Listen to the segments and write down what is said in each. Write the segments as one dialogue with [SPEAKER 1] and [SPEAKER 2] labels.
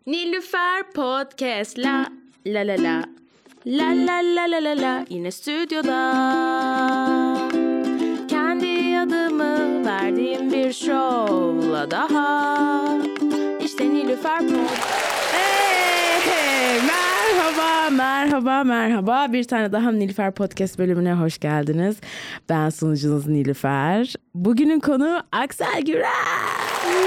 [SPEAKER 1] Nilüfer Podcast la la la la la la la la la la yine stüdyoda. Kendi adımı verdiğim bir şovla daha. İşte Nilüfer Podcast. Hey, merhaba. Bir tane daha Nilüfer Podcast bölümüne hoş geldiniz. Ben sunucunuz Nilüfer. Bugünün konuğu Aksel Gürel.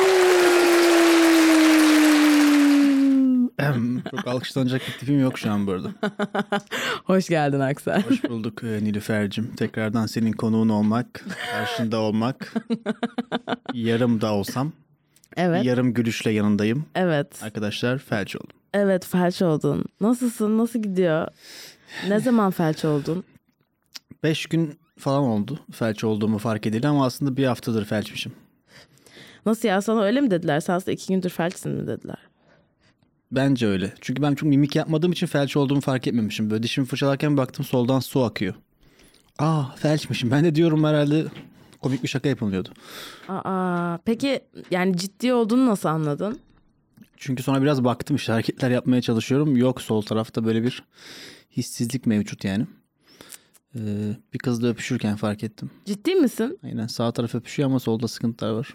[SPEAKER 2] Çok alkışlanacak bir tipim yok şu an bu arada.
[SPEAKER 1] Hoş geldin Aksel.
[SPEAKER 2] Hoş bulduk Nilüfer'cim. Tekrardan senin konuğun olmak, karşında olmak. Yarım da olsam.
[SPEAKER 1] Evet.
[SPEAKER 2] Yarım gülüşle yanındayım.
[SPEAKER 1] Evet.
[SPEAKER 2] Arkadaşlar felç oldum.
[SPEAKER 1] Evet, felç oldun. Nasılsın? Nasıl gidiyor? Ne zaman felç oldun?
[SPEAKER 2] 5 gün falan oldu felç olduğumu fark edildi ama aslında bir haftadır felçmişim.
[SPEAKER 1] Nasıl ya? Sana öyle mi dediler? Sen aslında 2 gündür felçsin mi dediler?
[SPEAKER 2] Bence öyle. Çünkü ben çok mimik yapmadığım için felç olduğumu fark etmemişim. Böyle dişimi fırçalarken baktım soldan su akıyor. Felçmişim. Ben de diyorum herhalde komik bir şaka yapılıyordu.
[SPEAKER 1] Peki yani ciddi olduğunu nasıl anladın?
[SPEAKER 2] Çünkü sonra biraz baktım işte hareketler yapmaya çalışıyorum. Yok, sol tarafta böyle bir hissizlik mevcut yani. Bir kızla öpüşürken fark ettim.
[SPEAKER 1] Ciddi misin?
[SPEAKER 2] Aynen, sağ taraf öpüşüyor ama solda sıkıntılar var.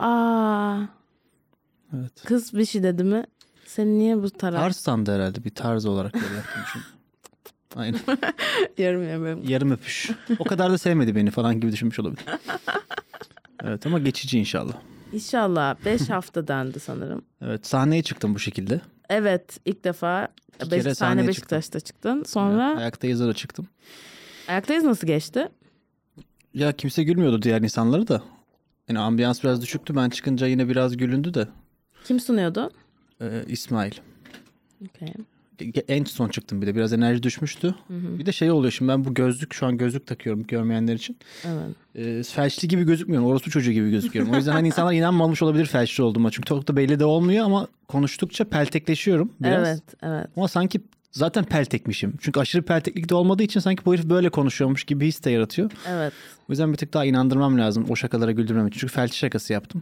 [SPEAKER 2] Evet.
[SPEAKER 1] Kız bir şey dedi mi? Sen niye bu taraf?
[SPEAKER 2] Tarz sandı herhalde, bir tarz olarak böyle yapmışım. Aynen. Yarım öpüş. O kadar da sevmedi beni falan gibi düşünmüş olabilir. Evet ama geçici inşallah.
[SPEAKER 1] İnşallah. 5 hafta dendi sanırım.
[SPEAKER 2] Evet, sahneye çıktım bu şekilde.
[SPEAKER 1] Evet, ilk defa 5 sahne Beşiktaş'ta çıktın. Sonra
[SPEAKER 2] evet, Ayaktayız'a da çıktım.
[SPEAKER 1] Ayaktayız nasıl geçti?
[SPEAKER 2] Ya kimse gülmüyordu, diğer insanları da. Yani ambiyans biraz düşüktü. Ben çıkınca yine biraz gülündü de.
[SPEAKER 1] Kim sunuyordu?
[SPEAKER 2] İsmail.
[SPEAKER 1] Okay.
[SPEAKER 2] En son çıktım, bir de biraz enerji düşmüştü. Hı-hı. Bir de şey oluyor şimdi, ben bu şu an gözlük takıyorum görmeyenler için.
[SPEAKER 1] Evet.
[SPEAKER 2] Felçli gibi gözükmüyorum, orospu çocuğu gibi gözüküyorum. O yüzden hani insanlar inanmamış olabilir felçli olduğuma. Çünkü çok da belli de olmuyor ama konuştukça peltekleşiyorum biraz.
[SPEAKER 1] Evet.
[SPEAKER 2] Ama sanki zaten peltekmişim. Çünkü aşırı pelteklik de olmadığı için sanki bu herif böyle konuşuyormuş gibi his de yaratıyor.
[SPEAKER 1] Evet.
[SPEAKER 2] O yüzden bir tık daha inandırmam lazım o şakalara güldürmem için. Çünkü felçli şakası yaptım.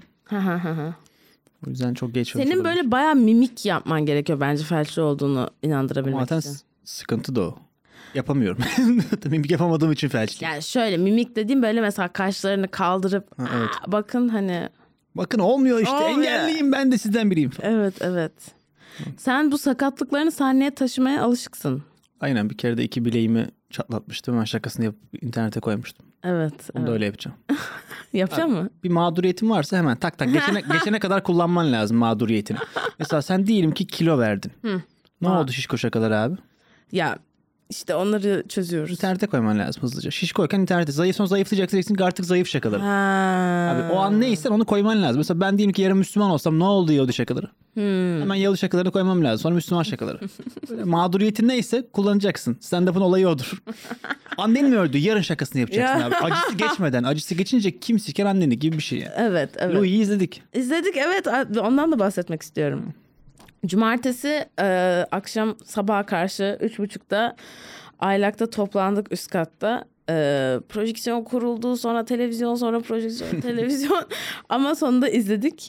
[SPEAKER 2] O yüzden çok geç olmuş.
[SPEAKER 1] Senin böyle bayağı mimik yapman gerekiyor bence felçli olduğunu inandırabilmek
[SPEAKER 2] ama
[SPEAKER 1] için.
[SPEAKER 2] Sıkıntı da o. Yapamıyorum. Mimik yapamadığım için felçli.
[SPEAKER 1] Yani şöyle mimik dediğim böyle mesela kaşlarını kaldırıp
[SPEAKER 2] evet.
[SPEAKER 1] Bakın hani.
[SPEAKER 2] Bakın olmuyor işte, engelliyim, ben de sizden biriyim.
[SPEAKER 1] Evet. Sen bu sakatlıklarını sahneye taşımaya alışıksın.
[SPEAKER 2] Aynen, bir kere de 2 bileğimi çatlatmıştım. Ben şakasını yapıp internete koymuştum.
[SPEAKER 1] Evet.
[SPEAKER 2] Bunu da öyle yapacağım.
[SPEAKER 1] Yapacak mı?
[SPEAKER 2] Bir mağduriyetin varsa hemen tak geçene kadar kullanman lazım mağduriyetini. Mesela sen diyelim ki kilo verdin. Ne oldu şişko şakalar abi?
[SPEAKER 1] Ya işte onları çözüyoruz.
[SPEAKER 2] İnternete koyman lazım hızlıca. Şişkoyken internete. Sonra zayıflayacaksın artık zayıf şakaları. Abi o an neyse onu koyman lazım. Mesela ben diyelim ki yarın Müslüman olsam ne oldu Yahudi şakaları? Hemen Yahudi şakalarını koymam lazım. Sonra Müslüman şakaları. Böyle mağduriyetin neyse kullanacaksın. Stand-up'ın olayı odur. Annen mi öldü? Yarın şakasını yapacaksın abi. Acısı geçmeden. Acısı geçince kim siker anneni gibi bir şey yani.
[SPEAKER 1] Evet.
[SPEAKER 2] Louis'i izledik.
[SPEAKER 1] İzledik, evet. Ondan da bahsetmek istiyorum. Cumartesi akşam sabaha karşı 3.30'da Aylak'ta toplandık üst katta. Projeksiyon kuruldu, sonra televizyon, sonra projeksiyon, televizyon. Ama sonunda izledik.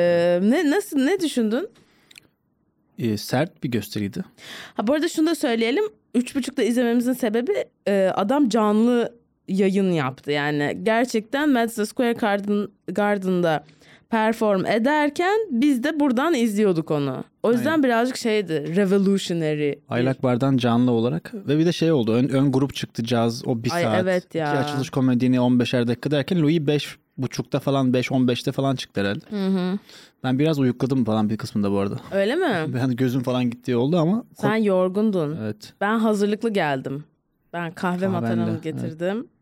[SPEAKER 1] Ne düşündün?
[SPEAKER 2] Sert bir gösteriydi.
[SPEAKER 1] Bu arada şunu da söyleyelim. 3.30'da izlememizin sebebi adam canlı yayın yaptı. Yani gerçekten Madison Square Garden'da perform ederken biz de buradan izliyorduk onu. O yüzden aynen, birazcık şeydi, revolutionary.
[SPEAKER 2] Aylak Bar'dan canlı olarak ve bir de şey oldu, ön grup çıktı, caz o 1 saat.
[SPEAKER 1] Evet ya.
[SPEAKER 2] 2 açılış komedini 15'er dakika derken Louis 5.30'da falan 5.15'te falan çıktı herhalde. Hı. Ben biraz uyukladım falan bir kısmında bu arada.
[SPEAKER 1] Öyle mi?
[SPEAKER 2] Ben gözüm falan gitti oldu ama.
[SPEAKER 1] Sen yorgundun.
[SPEAKER 2] Evet.
[SPEAKER 1] Ben hazırlıklı geldim. Ben kahve matanamı getirdim. Evet.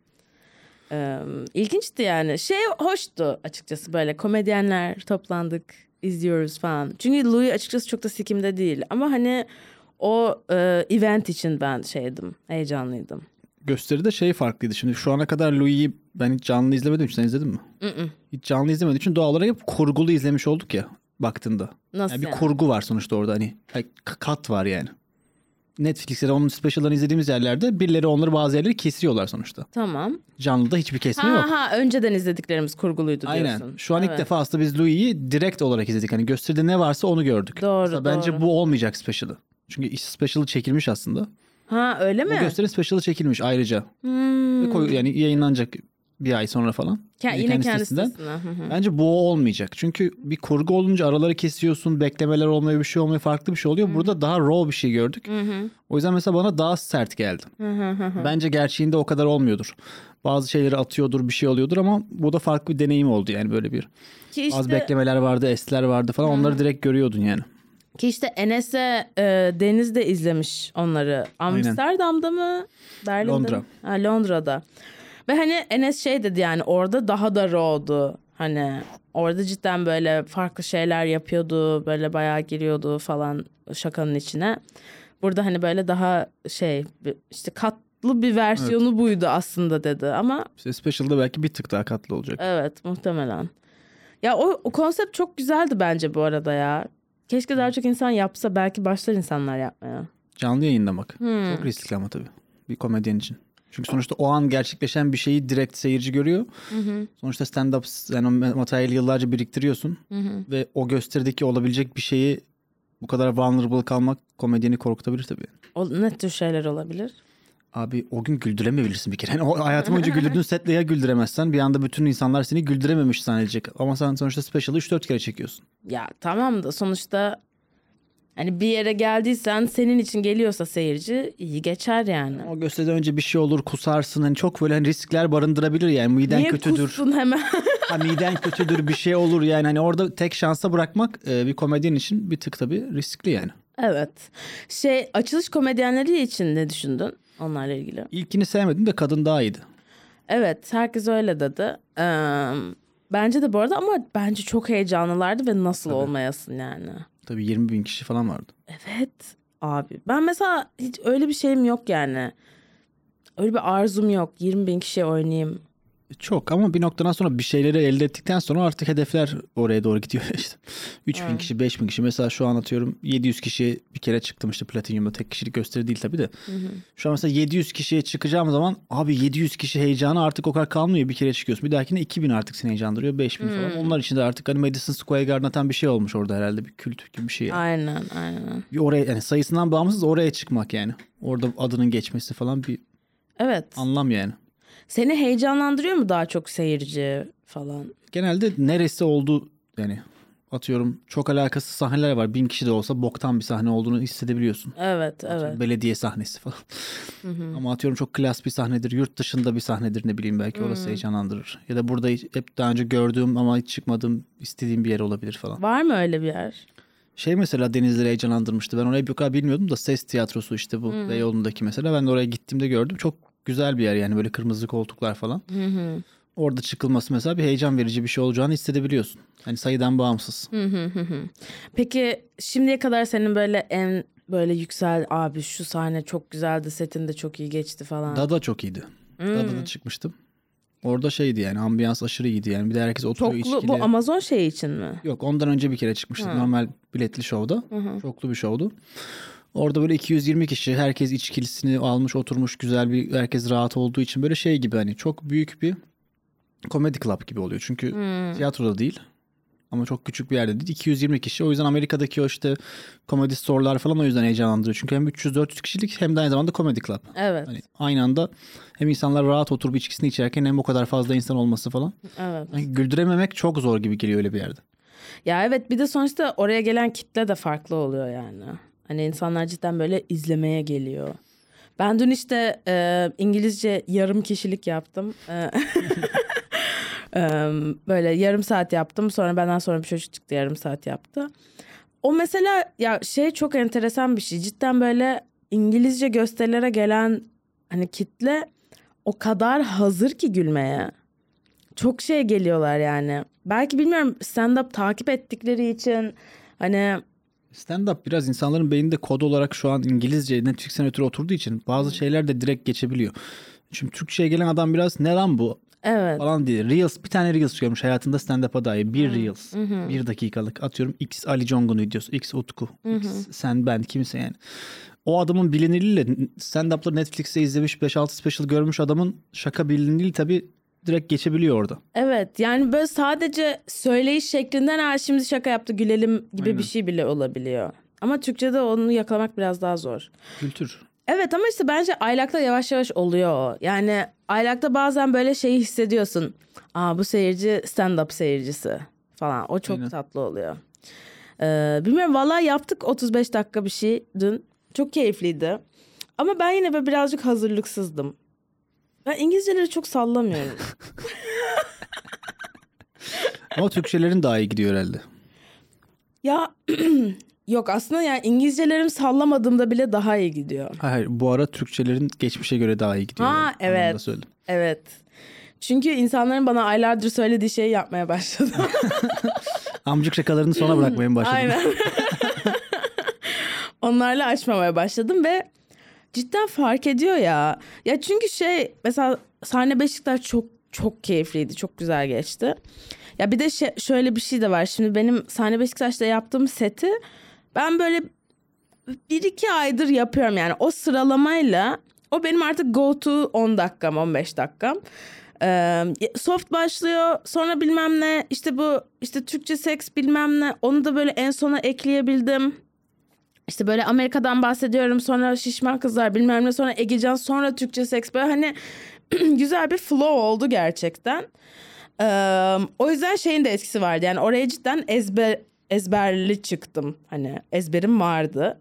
[SPEAKER 1] İlginçti yani. Hoştu açıkçası, böyle komedyenler toplandık, izliyoruz falan. Çünkü Louis açıkçası çok da sikimde değil. Ama hani o event için ben heyecanlıydım.
[SPEAKER 2] Gösteride farklıydı. Şimdi şu ana kadar Louis'i ben hiç canlı izlemedim. Sen izledin mi? Hiç canlı izlemediğim için doğal olarak hep kurgulu izlemiş olduk ya baktığında.
[SPEAKER 1] Nasıl
[SPEAKER 2] yani? Bir kurgu var sonuçta orada, hani kat var yani. Netflix'te onun special'larını izlediğimiz yerlerde birileri onları bazı yerleri kesiyorlar sonuçta.
[SPEAKER 1] Tamam.
[SPEAKER 2] Canlıda hiçbir kesme yok.
[SPEAKER 1] Önceden izlediklerimiz kurguluydu diyorsun.
[SPEAKER 2] Aynen. Şu an ilk defa aslında biz Louis'i direkt olarak izledik. Hani gösteride ne varsa onu gördük.
[SPEAKER 1] Doğru.
[SPEAKER 2] Bence bu olmayacak special'ı. Çünkü special'ı çekilmiş aslında.
[SPEAKER 1] Öyle mi?
[SPEAKER 2] Bu gösterinin special'ı çekilmiş ayrıca. Yani yayınlanacak bir ay sonra falan.
[SPEAKER 1] Yine kendi sitesinden.
[SPEAKER 2] Bence bu olmayacak. Çünkü bir kurgu olunca araları kesiyorsun. Beklemeler olmuyor, bir şey olmuyor. Farklı bir şey oluyor. Burada daha raw bir şey gördük. O yüzden mesela bana daha sert geldi. Bence gerçeğinde o kadar olmuyordur. Bazı şeyleri atıyordur, bir şey oluyordur ama bu da farklı bir deneyim oldu yani böyle bir. Az beklemeler vardı, esler vardı falan. Onları direkt görüyordun yani.
[SPEAKER 1] Ki işte Enes'e Deniz de izlemiş onları. Amsterdam'da mı? Berlin'de
[SPEAKER 2] Londra.
[SPEAKER 1] mi? Londra'da. Ve hani Enes şey dedi yani orada daha da raw'du. Hani orada cidden böyle farklı şeyler yapıyordu. Böyle bayağı giriyordu falan şakanın içine. Burada hani böyle daha işte katlı bir versiyonu buydu aslında dedi ama.
[SPEAKER 2] İşte Special'da belki bir tık daha katlı olacak.
[SPEAKER 1] Evet muhtemelen. Ya o konsept çok güzeldi bence bu arada ya. Keşke daha çok insan yapsa, belki başlar insanlar yapmaya.
[SPEAKER 2] Canlı yayınlamak. Çok riskli ama tabii. Bir komedyen için. Çünkü sonuçta o an gerçekleşen bir şeyi direkt seyirci görüyor. Sonuçta stand-up yani o materyali yıllarca biriktiriyorsun. Ve o gösterideki olabilecek bir şeyi bu kadar vulnerable kalmak komedyeni korkutabilir tabii.
[SPEAKER 1] Ne tür şeyler olabilir?
[SPEAKER 2] Abi o gün güldüremeyebilirsin bir kere. Yani o hayatım boyunca güldürdüğün setle ya güldüremezsen bir anda bütün insanlar seni güldürememiş zannedecek. Ama sen sonuçta special'ı 3-4 kere çekiyorsun.
[SPEAKER 1] Ya tamam da sonuçta hani bir yere geldiysen senin için geliyorsa seyirci iyi geçer yani.
[SPEAKER 2] O gösteriden önce bir şey olur, kusarsın. Hani çok böyle hani riskler barındırabilir yani. Miden kötüdür.
[SPEAKER 1] Niye kussun hemen?
[SPEAKER 2] Miden kötüdür, bir şey olur yani. Hani orada tek şansa bırakmak bir komedyen için bir tık tabii riskli yani.
[SPEAKER 1] Evet. Açılış komedyenleri için ne düşündün onlarla ilgili?
[SPEAKER 2] İlkini sevmedim de kadın daha iyiydi.
[SPEAKER 1] Evet, herkes öyle dedi. Bence de bu arada ama bence çok heyecanlılardı ve nasıl olmayasın yani.
[SPEAKER 2] Tabii 20 bin kişi falan vardı.
[SPEAKER 1] Evet abi. Ben mesela hiç öyle bir şeyim yok yani. Öyle bir arzum yok. 20 bin kişiye oynayayım.
[SPEAKER 2] Çok ama bir noktadan sonra bir şeyleri elde ettikten sonra artık hedefler oraya doğru gidiyor işte. 3 bin kişi, 5 bin kişi. Mesela şu an atıyorum 700 kişi bir kere çıktım işte Platinum'da, tek kişilik gösteri değil tabii de. Şu an mesela 700 kişiye çıkacağım zaman abi 700 kişi heyecanı artık o kadar kalmıyor, bir kere çıkıyorsun. Bir dahakine 2000 artık seni heyecanlandırıyor, 5000 falan. Onlar için de artık hani Madison Square Garden atan bir şey olmuş orada herhalde, bir kült gibi bir şey. Yani.
[SPEAKER 1] Aynen.
[SPEAKER 2] Bir oraya yani sayısından bağımsız oraya çıkmak yani. Orada adının geçmesi falan bir anlam yani.
[SPEAKER 1] Seni heyecanlandırıyor mu daha çok seyirci falan?
[SPEAKER 2] Genelde neresi oldu yani, atıyorum çok alakasız sahneler var. 1000 kişi de olsa boktan bir sahne olduğunu hissedebiliyorsun.
[SPEAKER 1] Evet.
[SPEAKER 2] Belediye sahnesi falan. Ama atıyorum çok klas bir sahnedir. Yurt dışında bir sahnedir, ne bileyim, belki orası heyecanlandırır. Ya da burada hep daha önce gördüğüm ama hiç çıkmadığım, istediğim bir yer olabilir falan.
[SPEAKER 1] Var mı öyle bir yer?
[SPEAKER 2] Mesela Denizli'yi heyecanlandırmıştı. Ben orayı bu kadar bilmiyordum da Ses Tiyatrosu işte bu Beyoğlu'ndaki mesela. Ben de oraya gittiğimde gördüm. Çok güzel bir yer yani, böyle kırmızı koltuklar falan. Orada çıkılması mesela bir heyecan verici bir şey olacağını hissedebiliyorsun. Hani sayıdan bağımsız.
[SPEAKER 1] Peki şimdiye kadar senin böyle en böyle yüksel abi şu sahne çok güzeldi, setin de çok iyi geçti falan.
[SPEAKER 2] Dada çok iyiydi. Dada'da çıkmıştım. Orada şeydi yani, ambiyans aşırı iyiydi yani. Bir de herkes oturuyor içkili.
[SPEAKER 1] Bu Amazon şeyi için mi?
[SPEAKER 2] Yok, ondan önce bir kere çıkmıştık normal biletli şovda. Çoklu bir şovdu. Orada böyle 220 kişi, herkes içkilisini almış oturmuş, güzel bir, herkes rahat olduğu için böyle şey gibi, hani çok büyük bir comedy club gibi oluyor. Çünkü tiyatroda değil ama çok küçük bir yerde değil. 220 kişi, o yüzden Amerika'daki o işte comedy store'lar falan o yüzden heyecanlandırıyor. Çünkü hem 300-400 kişilik hem de aynı zamanda comedy club.
[SPEAKER 1] Evet.
[SPEAKER 2] Hani aynı anda hem insanlar rahat oturup içkisini içerken hem o kadar fazla insan olması falan.
[SPEAKER 1] Evet.
[SPEAKER 2] Yani güldürememek çok zor gibi geliyor öyle bir yerde.
[SPEAKER 1] Ya evet, bir de sonuçta oraya gelen kitle de farklı oluyor yani. Hani insanlar cidden böyle izlemeye geliyor. Ben dün işte İngilizce yarım kişilik yaptım. Böyle yarım saat yaptım. Sonra benden sonra bir çocuk çıktı, yarım saat yaptı. O mesela ya çok enteresan bir şey. Cidden böyle İngilizce gösterilere gelen hani kitle o kadar hazır ki gülmeye. Çok geliyorlar yani. Belki bilmiyorum, stand-up takip ettikleri için hani...
[SPEAKER 2] Stand-up biraz insanların beyninde kod olarak şu an İngilizce Netflix'ten ötürü oturduğu için bazı şeyler de direkt geçebiliyor. Şimdi Türkçe'ye gelen adam biraz ne lan bu?
[SPEAKER 1] Evet.
[SPEAKER 2] falan diye. Reels, bir tane Reels görmüş hayatında stand-up'a dair. Bir Reels. 1 dakikalık atıyorum. X Ali Jong'un videosu. X Utku. X sen ben kimse yani. O adamın bilinirliğiyle stand-up'ları Netflix'te izlemiş 5-6 special görmüş adamın şaka bilinirliği tabii direkt geçebiliyor orada.
[SPEAKER 1] Evet yani böyle sadece söyleyiş şeklinden şimdi şaka yaptı gülelim gibi
[SPEAKER 2] Aynen.
[SPEAKER 1] bir şey bile olabiliyor. Ama Türkçe'de onu yakalamak biraz daha zor.
[SPEAKER 2] Kültür.
[SPEAKER 1] Evet ama işte bence Aylak'ta yavaş yavaş oluyor o. Yani Aylak'ta bazen böyle şeyi hissediyorsun. Bu seyirci stand-up seyircisi falan. O çok tatlı oluyor. Bilmiyorum vallahi yaptık 35 dakika bir şey dün. Çok keyifliydi. Ama ben yine böyle birazcık hazırlıksızdım. Ben İngilizceleri çok sallamıyorum.
[SPEAKER 2] Ama Türkçelerin daha iyi gidiyor herhalde.
[SPEAKER 1] Ya yok aslında yani İngilizcelerim sallamadığımda bile daha iyi gidiyor.
[SPEAKER 2] Hayır, bu ara Türkçelerin geçmişe göre daha iyi gidiyor.
[SPEAKER 1] Ha evet. Evet. Çünkü insanların bana aylardır söylediği şeyi yapmaya başladım.
[SPEAKER 2] Amcık şakalarını sona bırakmaya başladım.
[SPEAKER 1] Aynen. Onlarla açmamaya başladım ve cidden fark ediyor ya. Ya çünkü mesela sahne Beşiktaş çok çok keyifliydi. Çok güzel geçti. Ya bir de şöyle bir şey de var. Şimdi benim sahne Beşiktaş'ta yaptığım seti ben böyle 1-2 aydır yapıyorum yani. O sıralamayla o benim artık go to 10 dakikam 15 dakikam. Soft başlıyor sonra bilmem ne işte bu işte Türkçe seks bilmem ne onu da böyle en sona ekleyebildim. İşte böyle Amerika'dan bahsediyorum sonra şişman kızlar bilmem ne sonra Egecan sonra Türkçe seks böyle hani güzel bir flow oldu gerçekten. O yüzden şeyin de etkisi vardı yani oraya cidden ezberli çıktım hani ezberim vardı.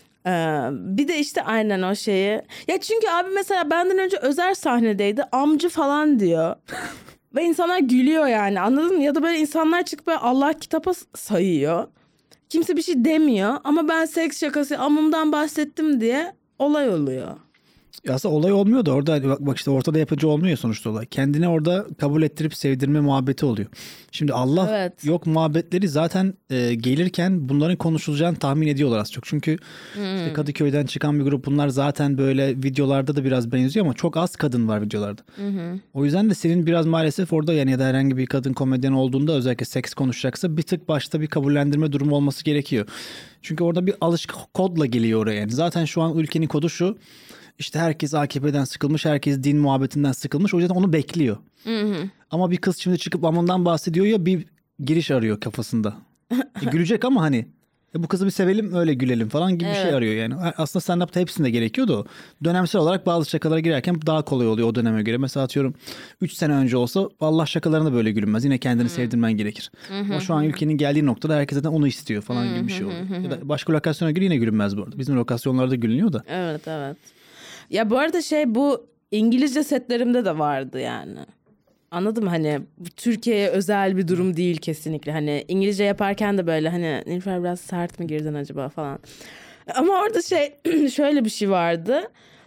[SPEAKER 1] Bir de işte aynen o şeyi. Ya çünkü abi mesela benden önce Özer sahnedeydi amcı falan diyor. Ve insanlar gülüyor yani anladın mı? Ya da böyle insanlar çıkıp böyle Allah kitaba sayıyor. Kimse bir şey demiyor ama ben seks şakası amımdan bahsettim diye olay oluyor.
[SPEAKER 2] Aslında olay olmuyor da orada bak işte ortada yapıcı olmuyor sonuçta olay. Kendini orada kabul ettirip sevdirme muhabbeti oluyor. Şimdi Allah yok muhabbetleri zaten gelirken bunların konuşulacağını tahmin ediyorlar az çok. Çünkü işte Kadıköy'den çıkan bir grup bunlar zaten böyle videolarda da biraz benziyor ama çok az kadın var videolarda. O yüzden de senin biraz maalesef orada yani ya da herhangi bir kadın komedyen olduğunda özellikle seks konuşacaksa bir tık başta bir kabullendirme durumu olması gerekiyor. Çünkü orada bir alışık kodla geliyor oraya yani. Zaten şu an ülkenin kodu şu. İşte herkes AKP'den sıkılmış, herkes din muhabbetinden sıkılmış. O yüzden onu bekliyor. Ama bir kız şimdi çıkıp amandan bahsediyor ya bir giriş arıyor kafasında. Gülecek ama hani bu kızı bir sevelim öyle gülelim falan gibi bir şey arıyor yani. Aslında stand-up'ta hepsinde gerekiyordu o. Dönemsel olarak bazı şakalara girerken daha kolay oluyor o döneme göre. Mesela atıyorum 3 sene önce olsa Allah şakalarına böyle gülünmez. Yine kendini sevdirmen gerekir. Ama şu an ülkenin geldiği noktada herkes zaten onu istiyor falan gibi bir şey oluyor. Ya da başka lokasyona göre yine gülünmez bu arada. Bizim lokasyonlarda gülünüyor da.
[SPEAKER 1] Evet. Ya bu arada bu İngilizce setlerimde de vardı yani. Anladım hani Türkiye'ye özel bir durum değil kesinlikle. Hani İngilizce yaparken de böyle hani Nilüfer biraz sert mi girdin acaba falan. Ama orada şöyle bir şey vardı.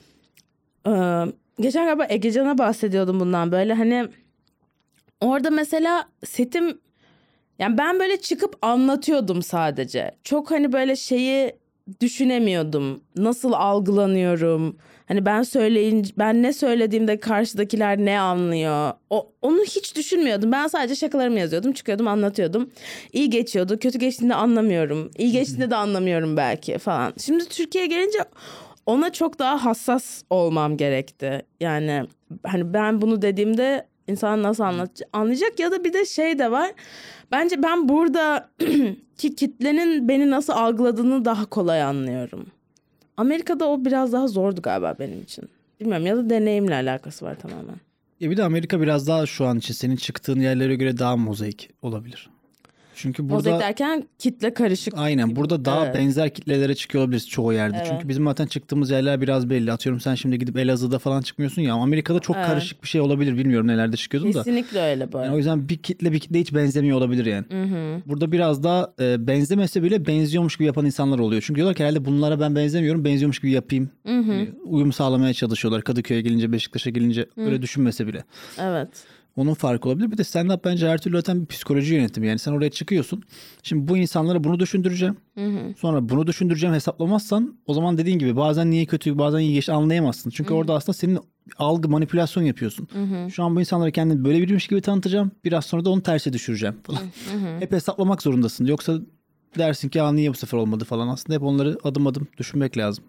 [SPEAKER 1] Geçen galiba Egecan'a bahsediyordum bundan böyle hani orada mesela setim yani ben böyle çıkıp anlatıyordum sadece. Çok hani böyle düşünemiyordum. Nasıl algılanıyorum? Hani ben ne söylediğimde karşıdakiler ne anlıyor? Onu hiç düşünmüyordum. Ben sadece şakalarımı yazıyordum, çıkıyordum, anlatıyordum. İyi geçiyordu, kötü geçtiğinde anlamıyorum. İyi geçtiğinde de anlamıyorum belki falan. Şimdi Türkiye'ye gelince ona çok daha hassas olmam gerekti. Yani hani ben bunu dediğimde insan nasıl anlayacak ya da bir de de var. Bence ben burada ki kitlenin beni nasıl algıladığını daha kolay anlıyorum. Amerika'da o biraz daha zordu galiba benim için. Bilmiyorum ya da deneyimle alakası var tamamen.
[SPEAKER 2] Bir de Amerika biraz daha şu an için senin çıktığın yerlere göre daha mozaik olabilir. Çünkü burada
[SPEAKER 1] mozaik derken kitle karışık.
[SPEAKER 2] Aynen
[SPEAKER 1] gibi.
[SPEAKER 2] burada daha benzer kitlelere çıkıyor olabiliriz çoğu yerde. Evet. Çünkü bizim zaten çıktığımız yerler biraz belli. Atıyorum sen şimdi gidip Elazığ'da falan çıkmıyorsun ya. Amerika'da çok karışık bir şey olabilir. Bilmiyorum nelerde çıkıyordun da.
[SPEAKER 1] Kesinlikle öyle bu arada.
[SPEAKER 2] Yani o yüzden bir kitle hiç benzemiyor olabilir yani. Burada biraz daha benzemese bile benziyormuş gibi yapan insanlar oluyor. Çünkü diyorlar ki herhalde bunlara ben benzemiyorum. Benziyormuş gibi yapayım. Uyum sağlamaya çalışıyorlar. Kadıköy'e gelince, Beşiktaş'a gelince öyle düşünmese bile.
[SPEAKER 1] Evet.
[SPEAKER 2] Onun farkı olabilir. Bir de stand-up bence her türlü zaten bir psikoloji yönetimi. Yani sen oraya çıkıyorsun. Şimdi bu insanlara bunu düşündüreceğim. Sonra bunu düşündüreceğim hesaplamazsan o zaman dediğin gibi bazen niye kötü bazen iyi geç anlayamazsın. Çünkü orada aslında senin algı manipülasyon yapıyorsun. Şu an bu insanlara kendini böyle biriymiş gibi tanıtacağım. Biraz sonra da onu terse düşüreceğim falan. Hep hesaplamak zorundasın. Yoksa dersin ki niye bu sefer olmadı falan. Aslında hep onları adım adım düşünmek lazım.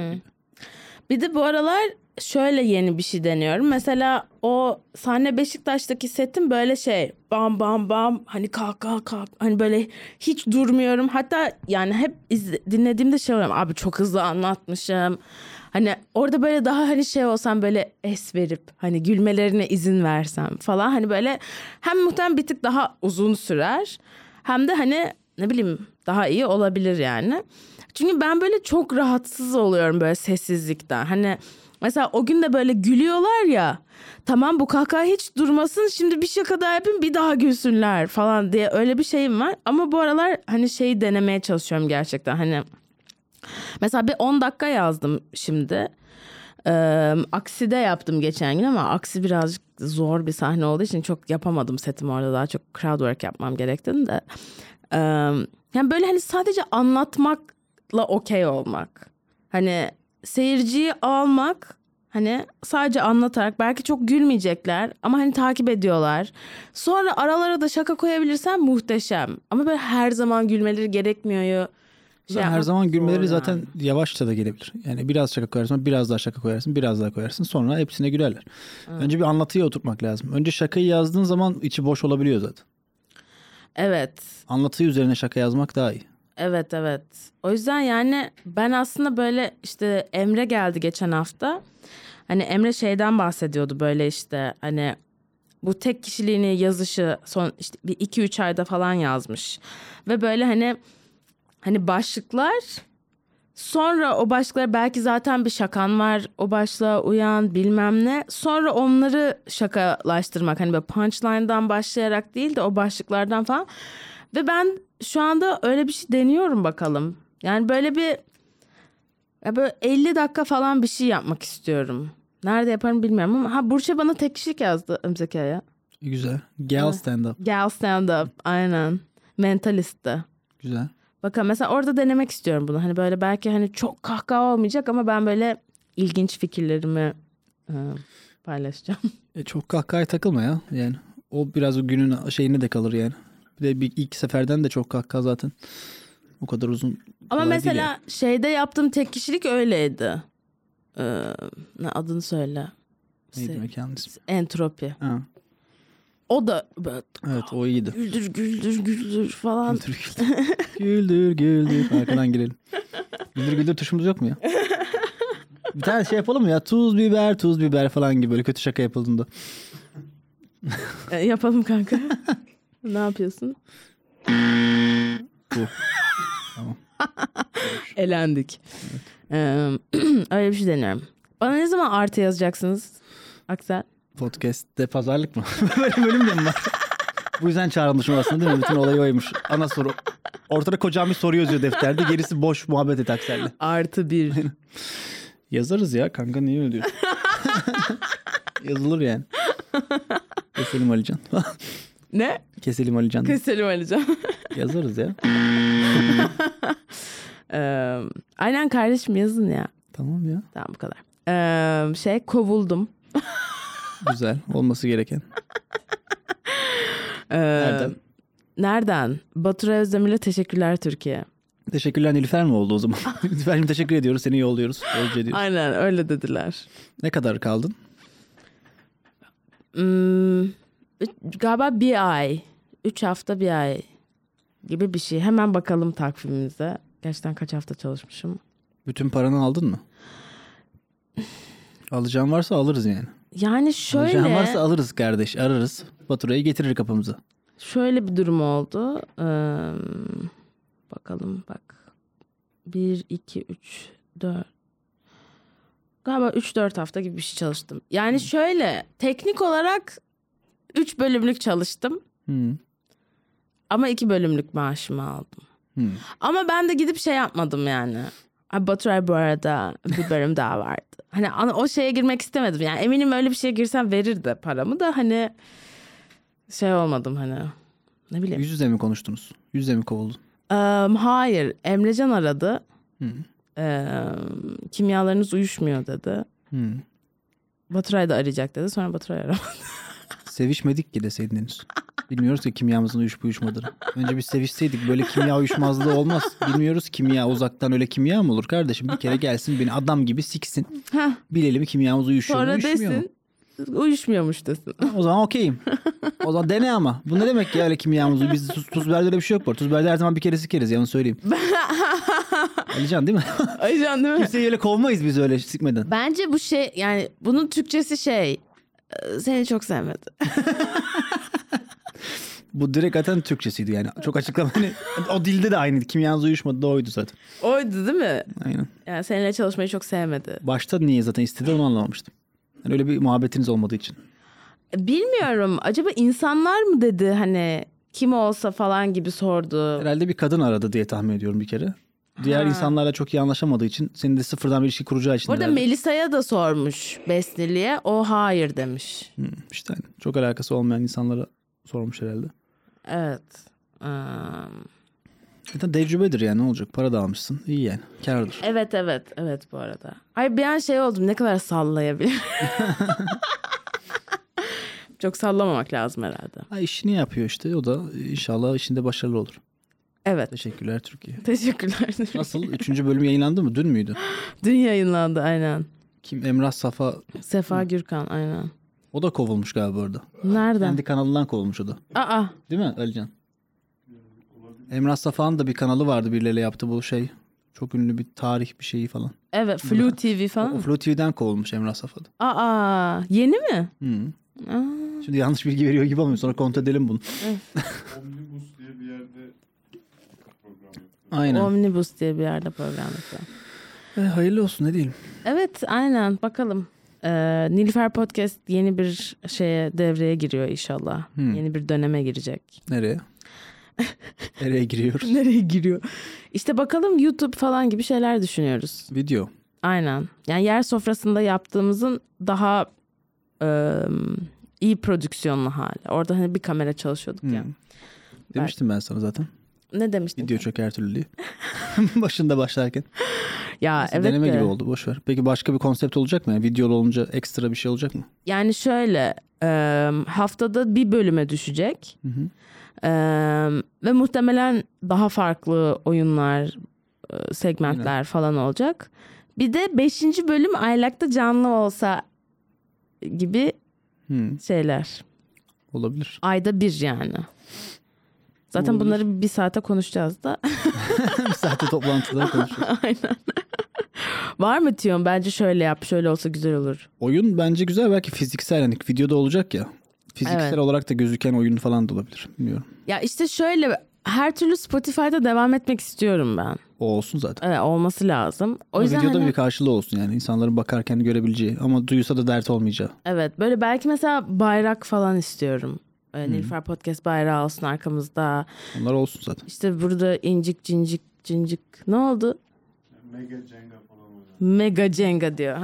[SPEAKER 1] Bir de bu aralar şöyle yeni bir şey deniyorum. Mesela o sahne Beşiktaş'taki setim böyle şey bam bam bam hani kalk kalk kalk hani böyle hiç durmuyorum. Hatta yani hep dinlediğimde şey oluyorum abi çok hızlı anlatmışım. Hani orada böyle daha hani şey olsam böyle es verip hani gülmelerine izin versem falan hani böyle hem muhtemelen bir tık daha uzun sürer hem de hani ne bileyim daha iyi olabilir yani. Çünkü ben böyle çok rahatsız oluyorum böyle sessizlikten. Hani mesela o gün de böyle gülüyorlar ya. Tamam bu kahkaha hiç durmasın. Şimdi bir şaka daha yapayım bir daha gülsünler falan diye öyle bir şeyim var. Ama bu aralar hani şeyi denemeye çalışıyorum gerçekten. Hani mesela bir 10 dakika yazdım şimdi. Aksi'de yaptım geçen gün ama Aksi birazcık zor bir sahne olduğu için çok yapamadım setimi orada. Daha çok crowd work yapmam gerektiğini de. Yani böyle hani sadece anlatmakla okey olmak. Hani seyirciyi almak hani sadece anlatarak belki çok gülmeyecekler ama hani takip ediyorlar. Sonra aralara da şaka koyabilirsen muhteşem. Ama böyle her zaman gülmeleri gerekmiyor.
[SPEAKER 2] Her zaman gülmeleri
[SPEAKER 1] yani.
[SPEAKER 2] zaten yavaşça da gelebilir. Yani biraz şaka koyarsın, biraz daha şaka koyarsın, biraz daha koyarsın. Sonra hepsine gülerler. Önce bir anlatıyı oturtmak lazım. Önce şakayı yazdığın zaman içi boş olabiliyor zaten.
[SPEAKER 1] Evet.
[SPEAKER 2] Anlatı üzerine şaka yazmak daha iyi.
[SPEAKER 1] Evet. O yüzden yani ben aslında böyle işte Emre geldi geçen hafta. Hani Emre şeyden bahsediyordu böyle işte hani bu tek kişiliğini yazışı son işte bir 2-3 ayda falan yazmış. Ve böyle hani başlıklar sonra o başlıklar belki zaten bir şakan var o başlığa uyan bilmem ne. Sonra onları şakalaştırmak hani böyle punchline'dan başlayarak değil de o başlıklardan falan. Ve ben şu anda öyle bir şey deniyorum bakalım. Yani böyle bir böyle 50 dakika falan bir şey yapmak istiyorum. Nerede yaparım bilmiyorum ama Burçe bana tek kişilik yazdı Zekia'ya.
[SPEAKER 2] Güzel. Gal stand-up.
[SPEAKER 1] Gal stand-up aynen. Mentalist'te.
[SPEAKER 2] Güzel.
[SPEAKER 1] Bakın mesela orada denemek istiyorum bunu. Hani böyle belki hani çok kahkaha olmayacak ama ben böyle ilginç fikirlerimi paylaşacağım.
[SPEAKER 2] Çok kahkahaya takılma ya. Yani o biraz o günün şeyine de kalır yani. Bir de ilk seferden de çok kahkaha zaten. O kadar uzun.
[SPEAKER 1] Ama mesela şeyde yaptığım tek kişilik öyleydi. Ne adını söyle.
[SPEAKER 2] Neydi mekanın ismi?
[SPEAKER 1] Entropi.
[SPEAKER 2] Ha.
[SPEAKER 1] O da böyle
[SPEAKER 2] Evet o iyiydi.
[SPEAKER 1] Güldür falan.
[SPEAKER 2] Güldür. Arkadan girelim. Güldür tuşumuz yok mu ya? Bir tane şey yapalım mı ya? Tuz biber falan gibi böyle kötü şaka yapıldığında.
[SPEAKER 1] Yapalım kanka. Ne yapıyorsun?
[SPEAKER 2] Bu. Tamam.
[SPEAKER 1] Elendik. Evet. Öyle bir şey deniyorum. Bana ne zaman artı yazacaksınız Aksel?
[SPEAKER 2] Podcast'te pazarlık mı? Böyle bölüm de mi var? Bu yüzden çağrılmışım aslında değil mi? Bütün olay oymuş. Ana soru. Ortada kocaman bir soru yazıyor defterde. Gerisi boş muhabbet et Aksel'le.
[SPEAKER 1] +1.
[SPEAKER 2] Yazarız ya kanka niye öyle diyorsun? Yazılır yani. Keselim Alican.
[SPEAKER 1] Ne?
[SPEAKER 2] Keselim Alican.
[SPEAKER 1] Keselim Alican.
[SPEAKER 2] Yazarız ya.
[SPEAKER 1] Aynen kardeşim yazın ya.
[SPEAKER 2] Tamam ya.
[SPEAKER 1] Tamam bu kadar. Kovuldum.
[SPEAKER 2] Güzel. Olması gereken.
[SPEAKER 1] Nereden? Batur Özdemir'le teşekkürler Türkiye.
[SPEAKER 2] Teşekkürler Nilüfer mi oldu o zaman? Nilüfer'cim teşekkür ediyoruz. Seni yolluyoruz. Yolcu ediyoruz.
[SPEAKER 1] Aynen öyle dediler.
[SPEAKER 2] Ne kadar kaldın?
[SPEAKER 1] Galiba bir ay. 3 hafta bir ay gibi bir şey. Hemen bakalım takvimimize. Gerçekten kaç hafta çalışmışım.
[SPEAKER 2] Bütün paranı aldın mı? Alacağın varsa alırız yani.
[SPEAKER 1] Yani şöyle.
[SPEAKER 2] Alacağın varsa alırız kardeş. Ararız. Faturayı getirir kapımıza.
[SPEAKER 1] Şöyle bir durum oldu. Bakalım bak. 1, 2, 3, 4. Galiba 3-4 hafta gibi bir şey çalıştım. Yani şöyle teknik olarak 3 bölümlük çalıştım. Ama 2 bölümlük maaşımı aldım. Ama ben de gidip şey yapmadım yani. Baturay bu arada bir bölüm daha vardı. Hani o şeye girmek istemedim. Yani eminim öyle bir şeye girsem verirdi paramı da hani şey olmadım hani. Ne bileyim.
[SPEAKER 2] Yüz yüze mi konuştunuz? Yüz yüze mi kovuldun?
[SPEAKER 1] Hayır. Emrecan aradı.
[SPEAKER 2] Hı.
[SPEAKER 1] Kimyalarınız uyuşmuyor dedi.
[SPEAKER 2] Hı.
[SPEAKER 1] Baturay da arayacak dedi. Sonra Baturay aramadı.
[SPEAKER 2] Sevişmedik ki deseydin henüz. Bilmiyoruz ki kimyamızın uyuşup uyuşmadığını. Önce bir sevişseydik, böyle kimya uyuşmazlığı olmaz. Bilmiyoruz kimya, uzaktan öyle kimya mı olur kardeşim? Bir kere gelsin beni adam gibi siksin. Bilelim kimyamız uyuşuyor mu, uyuşmuyor mu?
[SPEAKER 1] Sonra desin uyuşmuyormuş desin.
[SPEAKER 2] O zaman okeyim. O zaman dene ama. Bu ne demek ya öyle kimyamız? Biz tuz biberde öyle bir şey yok. Tuz biberde her zaman bir kere sikeriz ya, onu söyleyeyim. Alican değil mi?
[SPEAKER 1] Alican değil mi?
[SPEAKER 2] Kimseyi öyle kovmayız biz öyle sikmeden.
[SPEAKER 1] Bence bu şey, yani bunun Türkçesi şey, seni çok sevmedi.
[SPEAKER 2] Bu direkt zaten Türkçesiydi yani. Çok açıklama. Hani, o dilde de aynıydı. Kimyanız uyuşmadı da oydu zaten.
[SPEAKER 1] Oydu değil mi?
[SPEAKER 2] Aynen.
[SPEAKER 1] Yani seninle çalışmayı çok sevmedi.
[SPEAKER 2] Başta niye zaten istedi onu anlamamıştım. Yani öyle bir muhabbetiniz olmadığı için.
[SPEAKER 1] Bilmiyorum. Acaba insanlar mı dedi hani kim olsa falan gibi sordu.
[SPEAKER 2] Herhalde bir kadın aradı diye tahmin ediyorum bir kere. Diğer insanlarla çok iyi anlaşamadığı için, senin de sıfırdan bir ilişki kuracağı için.
[SPEAKER 1] Burada
[SPEAKER 2] herhalde.
[SPEAKER 1] Melisa'ya da sormuş Besnili'ye. O hayır demiş.
[SPEAKER 2] İşte yani çok alakası olmayan insanlara sormuş herhalde.
[SPEAKER 1] Evet.
[SPEAKER 2] Zaten tecrübedir yani, ne olacak? Para da almışsın. İyi yani. Kârdır.
[SPEAKER 1] Evet bu arada. Ay bir an şey oldum, ne kadar sallayabilir. Çok sallamamak lazım herhalde.
[SPEAKER 2] Ha, işini yapıyor işte. O da inşallah işinde başarılı olur.
[SPEAKER 1] Evet.
[SPEAKER 2] Teşekkürler Türkiye.
[SPEAKER 1] Teşekkürler.
[SPEAKER 2] Nasıl? 3. bölüm yayınlandı mı? Dün müydü?
[SPEAKER 1] Dün yayınlandı aynen.
[SPEAKER 2] Kim? Emrah Safa.
[SPEAKER 1] Sefa Gürkan aynen.
[SPEAKER 2] O da kovulmuş galiba orada.
[SPEAKER 1] Nereden?
[SPEAKER 2] Kendi kanalından kovulmuş o da.
[SPEAKER 1] Aa.
[SPEAKER 2] Değil mi Alican? Emrah Safa'nın da bir kanalı vardı, birileriyle yaptı bu şey. Çok ünlü bir tarih bir şeyi falan.
[SPEAKER 1] Evet, Flu TV falan.
[SPEAKER 2] O Flu TV'den kovulmuş Emrah Safa'da.
[SPEAKER 1] Aa, yeni mi?
[SPEAKER 2] Hı.
[SPEAKER 1] Aa.
[SPEAKER 2] Şimdi yanlış bilgi veriyor gibi olmuyor. Sonra kontrol edelim bunu.
[SPEAKER 3] Omnibus diye bir yerde program yapıyor.
[SPEAKER 2] Aynen.
[SPEAKER 1] Omnibus diye bir yerde program yapıyor.
[SPEAKER 2] Hayırlı olsun, ne diyeyim.
[SPEAKER 1] Evet, aynen, bakalım. Nilüfer Podcast yeni bir devreye giriyor inşallah. Yeni bir döneme girecek.
[SPEAKER 2] Nereye? Nereye giriyoruz?
[SPEAKER 1] Nereye giriyor? İşte bakalım, YouTube falan gibi şeyler düşünüyoruz.
[SPEAKER 2] Video.
[SPEAKER 1] Aynen. Yani yer sofrasında yaptığımızın daha iyi prodüksiyonlu hali. Orada hani bir kamera çalışıyorduk ya.
[SPEAKER 2] Demiştim ben sana zaten.
[SPEAKER 1] Ne demiştin?
[SPEAKER 2] Video çok her türlü diye. Başında başlarken.
[SPEAKER 1] Ya
[SPEAKER 2] Neyse,
[SPEAKER 1] evet
[SPEAKER 2] deneme
[SPEAKER 1] de.
[SPEAKER 2] gibi oldu, boş ver. Peki başka bir konsept olacak mı? Yani videolu olunca ekstra bir şey olacak mı?
[SPEAKER 1] Yani şöyle, haftada bir bölüme düşecek. Ve muhtemelen daha farklı oyunlar, segmentler falan olacak. Bir de 5. bölüm aylakta canlı olsa gibi şeyler.
[SPEAKER 2] Olabilir.
[SPEAKER 1] Ayda bir yani. Zaten
[SPEAKER 2] Olabilir.
[SPEAKER 1] bunları bir saate konuşacağız da.
[SPEAKER 2] Bir saatte toplantıda konuşuruz.
[SPEAKER 1] Aynen. Var mı tüyon? Bence şöyle yap, şöyle olsa güzel olur.
[SPEAKER 2] Oyun bence güzel, belki fiziksel, hani videoda olacak ya. Fiziksel
[SPEAKER 1] Evet.
[SPEAKER 2] olarak da gözüken oyun falan da olabilir. Bilmiyorum.
[SPEAKER 1] Ya işte şöyle, her türlü Spotify'da devam etmek istiyorum ben.
[SPEAKER 2] O olsun zaten.
[SPEAKER 1] Evet, olması lazım. O
[SPEAKER 2] Ama
[SPEAKER 1] yüzden
[SPEAKER 2] videoda
[SPEAKER 1] hani,
[SPEAKER 2] bir karşılığı olsun yani. İnsanların bakarken görebileceği ama duysa da dert olmayacağı.
[SPEAKER 1] evet, böyle belki mesela bayrak falan istiyorum. Nilüfer Podcast bayrağı olsun arkamızda.
[SPEAKER 2] Onlar olsun zaten.
[SPEAKER 1] İşte burada incik cincik. Ne oldu?
[SPEAKER 3] Mega Jenga falan oynuyor.
[SPEAKER 1] Mega Jenga diyor.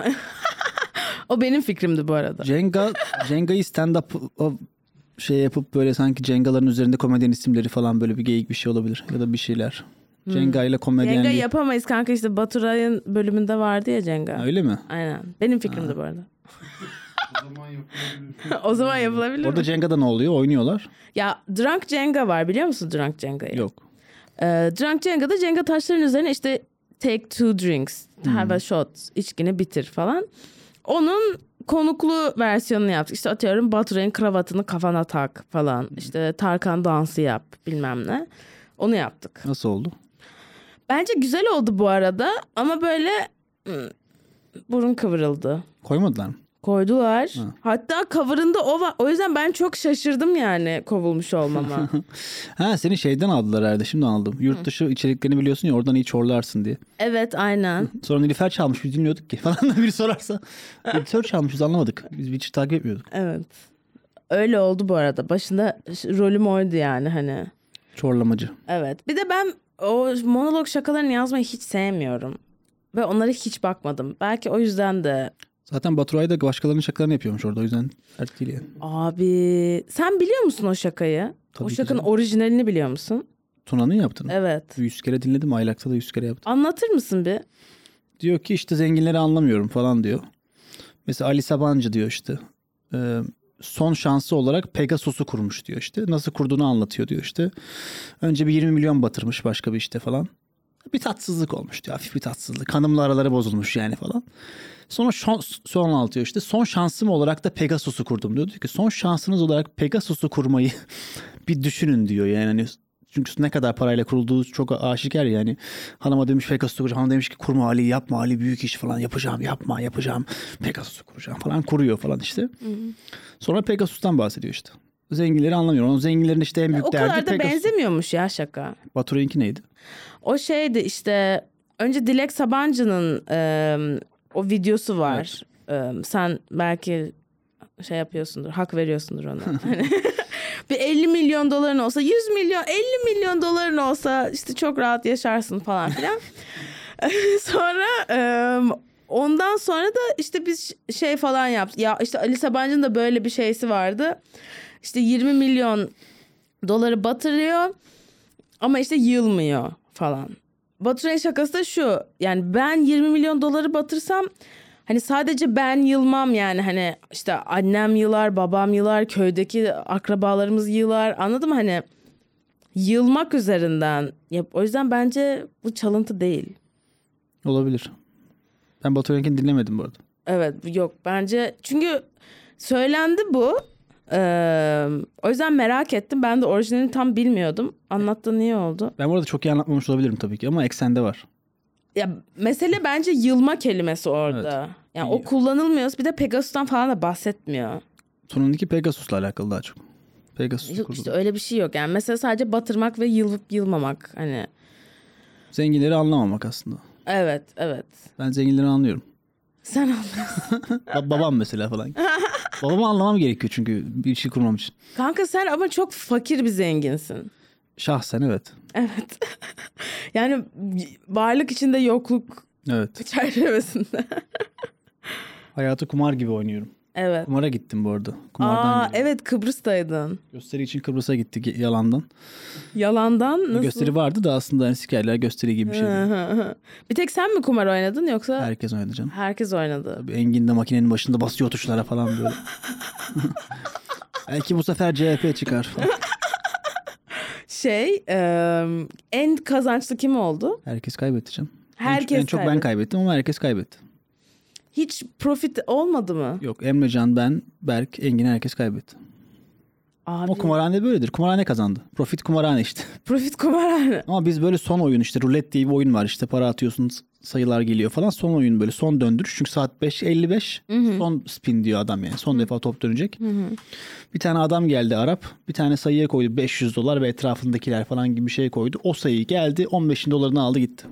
[SPEAKER 1] O benim fikrimdi bu arada.
[SPEAKER 2] Jenga'yı stand-up şey yapıp böyle sanki Jenga'ların üzerinde komedyen isimleri falan, böyle bir geyik bir şey olabilir. Ya da bir şeyler. Jenga ile komedyenliği.
[SPEAKER 1] Jenga yapamayız kanka, işte Baturay'ın bölümünde vardı ya Jenga.
[SPEAKER 2] Öyle mi?
[SPEAKER 1] Aynen. Benim fikrimdi bu arada.
[SPEAKER 3] O zaman yapılabilir.
[SPEAKER 1] O zaman yapılabilir
[SPEAKER 2] Orada
[SPEAKER 1] mi?
[SPEAKER 2] Jenga'da ne oluyor? Oynuyorlar.
[SPEAKER 1] Ya Drunk Jenga var, biliyor musun Drunk Jenga'yı?
[SPEAKER 2] Yok.
[SPEAKER 1] Drunk Jenga'da Jenga taşların üzerine işte take 2 drinks, have a shot, içkini bitir falan. Onun konuklu versiyonunu yaptık. İşte atıyorum Baturay'ın kravatını kafana tak falan. İşte Tarkan dansı yap, bilmem ne. Onu yaptık.
[SPEAKER 2] Nasıl oldu?
[SPEAKER 1] Bence güzel oldu bu arada ama böyle burun kıvırıldı.
[SPEAKER 2] Koymadılar mı?
[SPEAKER 1] Koydular. Hatta cover'ında o var. O yüzden ben çok şaşırdım yani kovulmuş olmama.
[SPEAKER 2] Ha, seni şeyden aldılar herhalde, şimdi anladım. Yurt dışı içeriklerini biliyorsun ya, oradan iyi çorlarsın diye.
[SPEAKER 1] Evet, aynen.
[SPEAKER 2] Sonra Nilüfer çalmış, biz dinliyorduk ki falan da biri sorarsa. Nilüfer çalmış, biz anlamadık. Biz hiç takip etmiyorduk.
[SPEAKER 1] Evet. Öyle oldu bu arada. Başında rolüm oydu yani hani.
[SPEAKER 2] Çorlamacı.
[SPEAKER 1] Evet. Bir de ben o monolog şakalarını yazmayı hiç sevmiyorum. Ve onlara hiç bakmadım. Belki o yüzden de.
[SPEAKER 2] Zaten Baturay da başkalarının şakalarını yapıyormuş orada, o yüzden dert değil yani.
[SPEAKER 1] Abi sen biliyor musun o şakayı?
[SPEAKER 2] Tabii
[SPEAKER 1] o
[SPEAKER 2] ki
[SPEAKER 1] şakanın
[SPEAKER 2] canım.
[SPEAKER 1] orijinalini biliyor musun?
[SPEAKER 2] Tuna'nın yaptığını.
[SPEAKER 1] Evet.
[SPEAKER 2] 100 kere dinledim, Aylak'ta da 100 kere yaptım.
[SPEAKER 1] Anlatır mısın bir?
[SPEAKER 2] Diyor ki işte zenginleri anlamıyorum falan diyor. Mesela Ali Sabancı diyor işte. Son şansı olarak Pegasus'u kurmuş diyor işte. Nasıl kurduğunu anlatıyor diyor işte. Önce bir 20 milyon batırmış başka bir işte falan. Bir tatsızlık olmuş diyor. Hafif bir tatsızlık. Hanımla araları bozulmuş yani falan. Sonra son anlatıyor işte. Son şansım olarak da Pegasus'u kurdum diyor. Diyor ki son şansınız olarak Pegasus'u kurmayı bir düşünün diyor. Yani hani çünkü ne kadar parayla kurulduğu çok aşikar yani. Hanıma demiş Pegasus'u kuracağım. Hanım demiş ki kurma Ali, yapma Ali, büyük iş falan yapacağım, yapacağım. Pegasus'u kuracağım falan, kuruyor falan işte. Sonra Pegasus'tan bahsediyor işte. Zenginleri anlamıyor. Onun zenginlerin işte en büyük
[SPEAKER 1] O
[SPEAKER 2] derdi
[SPEAKER 1] kadar da
[SPEAKER 2] Pegasus.
[SPEAKER 1] benzemiyormuş ya şaka.
[SPEAKER 2] Baturay'ınki neydi?
[SPEAKER 1] O şeydi işte önce Dilek Sabancı'nın o videosu var. Sen belki şey yapıyorsundur, hak veriyorsundur ona. Hani bir 50 milyon doların olsa, 100 milyon, 50 milyon doların olsa işte çok rahat yaşarsın falan filan. Sonra ondan sonra da işte biz şey falan yaptık. Ya işte Ali Sabancı'nın da böyle bir şeysi vardı. İşte 20 milyon doları batırıyor ama işte yılmıyor falan. Baturay'ın şakası da şu. Yani ben 20 milyon doları batırsam hani sadece ben yılmam yani, hani işte annem yılar, babam yılar, köydeki akrabalarımız yılar, anladın mı? Hani yılmak üzerinden. O yüzden bence bu çalıntı değil.
[SPEAKER 2] Olabilir. Ben Baturay'ınkini dinlemedim bu arada.
[SPEAKER 1] Evet, yok bence çünkü söylendi bu. O yüzden merak ettim. Ben de orijinalini tam bilmiyordum. Anlattığın iyi oldu.
[SPEAKER 2] Ben bu arada çok iyi anlatmamış olabilirim tabii ki ama eksende var.
[SPEAKER 1] Ya mesele bence yılma kelimesi orada.
[SPEAKER 2] Evet.
[SPEAKER 1] Yani o kullanılmıyor. Bir de Pegasus'tan falan da bahsetmiyor.
[SPEAKER 2] Tuna'nınki Pegasus'la alakalı daha çok. Pegasus'u
[SPEAKER 1] Yok
[SPEAKER 2] kurdu.
[SPEAKER 1] işte öyle bir şey yok. Yani mesela sadece batırmak ve yılıp yılmamak. Hani
[SPEAKER 2] Zenginleri anlamamak aslında.
[SPEAKER 1] evet, evet.
[SPEAKER 2] Ben zenginleri anlıyorum.
[SPEAKER 1] Sen anlıyorsun.
[SPEAKER 2] Babam mesela falan. Babamı anlamam gerekiyor çünkü bir şey kurmam için.
[SPEAKER 1] Kanka sen ama çok fakir bir zenginsin.
[SPEAKER 2] Şahsen evet.
[SPEAKER 1] Evet. Yani varlık içinde yokluk
[SPEAKER 2] Evet.
[SPEAKER 1] çerçevesinde.
[SPEAKER 2] Hayatı kumar gibi oynuyorum.
[SPEAKER 1] Evet.
[SPEAKER 2] Kumara gittim bu arada. Kumardan geliyorum.
[SPEAKER 1] Evet, Kıbrıs'taydın.
[SPEAKER 2] Gösteri için Kıbrıs'a gittik yalandan.
[SPEAKER 1] Yalandan nasıl?
[SPEAKER 2] Gösteri vardı da aslında yani sikerler gösteri gibi bir şey.
[SPEAKER 1] Bir tek sen mi kumar oynadın yoksa?
[SPEAKER 2] Herkes oynadı canım.
[SPEAKER 1] Herkes oynadı.
[SPEAKER 2] Tabii Engin de makinenin başında basıyor tuşlara falan böyle. Belki bu sefer CHP çıkar falan.
[SPEAKER 1] En kazançlı kim oldu?
[SPEAKER 2] Herkes kaybetti canım.
[SPEAKER 1] Herkes
[SPEAKER 2] en çok ben
[SPEAKER 1] kaybetti.
[SPEAKER 2] kaybettim ama herkes kaybetti.
[SPEAKER 1] Hiç profit olmadı mı?
[SPEAKER 2] Yok, Emrecan, ben, Berk, Engin, herkes kaybetti.
[SPEAKER 1] Abi,
[SPEAKER 2] O kumarhane böyledir. Kumarhane kazandı. Profit kumarhane işte.
[SPEAKER 1] profit kumarhane.
[SPEAKER 2] Ama biz böyle son oyun işte rulet diye bir oyun var işte, para atıyorsun sayılar geliyor falan, son oyun böyle son döndürüş çünkü saat 5:55 son spin diyor adam yani son defa top dönecek. Bir tane adam geldi Arap, bir tane sayıya koydu 500 dolar ve etrafındakiler falan gibi bir şey koydu, o sayı geldi 15'in dolarını aldı gitti.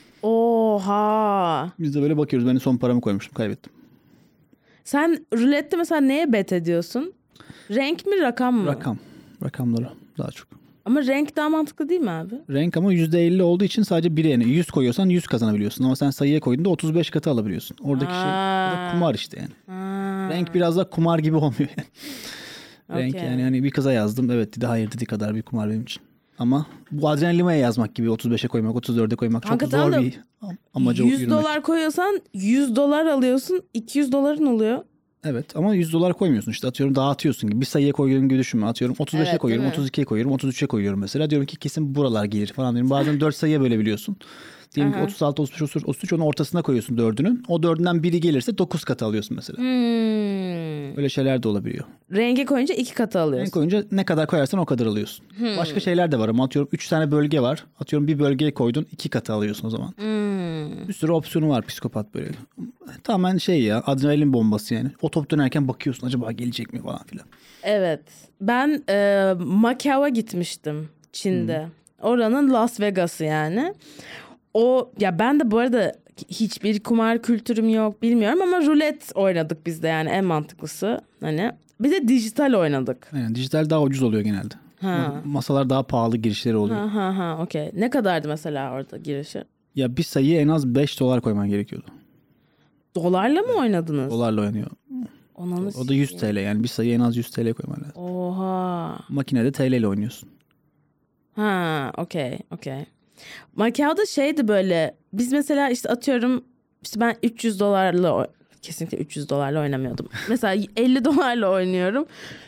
[SPEAKER 1] Oha.
[SPEAKER 2] Biz de böyle bakıyoruz, ben de son paramı koymuştum, kaybettim.
[SPEAKER 1] Sen rulette mesela neye bet ediyorsun? Renk mi, rakam mı?
[SPEAKER 2] Rakamları daha çok.
[SPEAKER 1] Ama renk daha mantıklı değil mi abi?
[SPEAKER 2] Renk ama %50 olduğu için sadece biri, yani 100 koyuyorsan 100 kazanabiliyorsun ama sen sayıya koyduğunda 35 katı alabiliyorsun. Oradaki şey o da kumar işte yani. Renk biraz da kumar gibi olmuyor yani. Renk
[SPEAKER 1] Okey.
[SPEAKER 2] yani hani bir kıza yazdım, evet dedi, hayır dedi kadar bir kumar benim için. Ama bu Adrian Lima'ya yazmak gibi 35'e koymak, 34'e koymak
[SPEAKER 1] Kanka
[SPEAKER 2] çok zor
[SPEAKER 1] tamam da
[SPEAKER 2] bir amaca
[SPEAKER 1] 100
[SPEAKER 2] yürümek.
[SPEAKER 1] dolar koyuyorsan 100 dolar alıyorsun, 200 doların oluyor.
[SPEAKER 2] Evet ama 100 dolar koymuyorsun işte, atıyorum dağıtıyorsun gibi. Bir sayıya koyuyorum gibi düşünme, atıyorum 35'e
[SPEAKER 1] Evet,
[SPEAKER 2] koyuyorum,
[SPEAKER 1] değil mi?
[SPEAKER 2] 32'ye koyuyorum, 33'e koyuyorum mesela. Diyorum ki kesin buralar gelir falan diyorum. Bazen 4 sayıya bölebiliyorsun. Diyelim ki 36, 35, 33, onun ortasına koyuyorsun dördünün. O dördünden biri gelirse 9 katı alıyorsun mesela. Öyle şeyler de olabiliyor.
[SPEAKER 1] Rengi koyunca 2 katı alıyorsun.
[SPEAKER 2] Renk koyunca ne kadar koyarsan o kadar alıyorsun. Başka şeyler de var ama atıyorum 3 tane bölge var. Atıyorum bir bölgeye koydun 2 katı alıyorsun o zaman. Bir sürü opsiyonu var psikopat böyle. Tamamen şey ya, adrenalin bombası yani. O top dönerken bakıyorsun acaba gelecek mi falan filan.
[SPEAKER 1] Evet. Ben Macau'a gitmiştim Çin'de. Oranın Las Vegas'ı yani. Ya ben de bu arada hiçbir kumar kültürüm yok, bilmiyorum ama rulet oynadık biz de yani, en mantıklısı. Hani bir de dijital oynadık.
[SPEAKER 2] Yani dijital daha ucuz oluyor genelde. Masalar daha pahalı girişleri oluyor.
[SPEAKER 1] Okey. Ne kadardı mesela orada girişi?
[SPEAKER 2] Ya bir sayıya en az 5 dolar koyman gerekiyordu.
[SPEAKER 1] Dolarla mı oynadınız?
[SPEAKER 2] Dolarla oynuyor. O da 100 TL yani bir sayı en az 100 TL koyman lazım.
[SPEAKER 1] Oha.
[SPEAKER 2] Makinede TL ile oynuyorsun.
[SPEAKER 1] Ha, okey. Macao'da şeydi böyle. Biz mesela işte atıyorum işte ben $300 kesinlikle $300 oynamıyordum. Mesela $50 oynuyorum.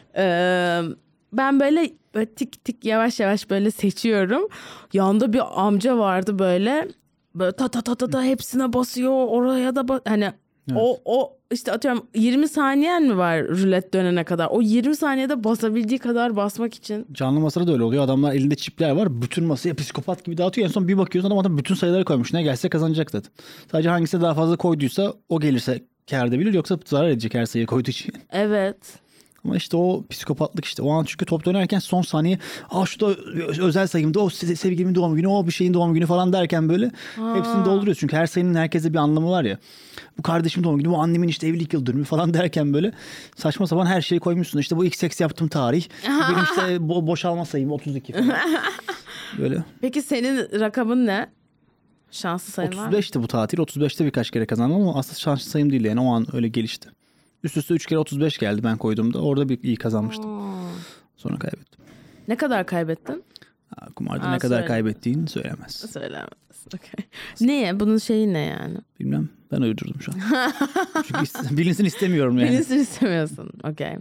[SPEAKER 1] Ben böyle tik tik yavaş yavaş böyle seçiyorum. Yanında bir amca vardı böyle ta hepsine basıyor oraya da hani evet. o işte atıyorum 20 saniyen mi var rulet dönene kadar? O 20 saniyede basabildiği kadar basmak için.
[SPEAKER 2] Canlı masada da öyle oluyor. Adamlar elinde çipler var. Bütün masaya psikopat gibi dağıtıyor. En son bir bakıyorsun adam bütün sayıları koymuş. Ne gelse kazanacak zaten. Sadece hangisi daha fazla koyduysa o gelirse kâr edebilir. Yoksa zarar edecek her sayıyı koyduğu için.
[SPEAKER 1] Evet.
[SPEAKER 2] Ama işte o psikopatlık işte. O an çünkü top dönerken son saniye şu da özel sayımda o sevgilimin doğum günü o bir şeyin doğum günü falan derken böyle hepsini dolduruyoruz. Çünkü her sayının herkese bir anlamı var ya. Bu kardeşim doğum günü, bu annemin işte evlilik yıl dönümü falan derken böyle saçma sapan her şeyi koymuşsun. İşte bu XX yaptığım tarih. Benim işte boşalma sayım 32 falan. Böyle.
[SPEAKER 1] Peki senin rakamın ne? Şanslı sayın var mı?
[SPEAKER 2] 35'ti bu tatil. 35'te birkaç kere kazandım ama aslında şanslı sayım değil yani. O an öyle gelişti. Üst üste 3 kere 35 geldi ben koyduğumda. Orada bir iyi kazanmıştım. Sonra kaybettim.
[SPEAKER 1] Ne kadar kaybettin?
[SPEAKER 2] Kumarda ne kadar kaybettiğini söylemez.
[SPEAKER 1] Söylemez. Okay. Niye? Bunun şeyi ne yani?
[SPEAKER 2] Bilmem. Ben uydurdum şu an. Çünkü bilinsin istemiyorum yani.
[SPEAKER 1] Bilinsin istemiyorsun. Okey.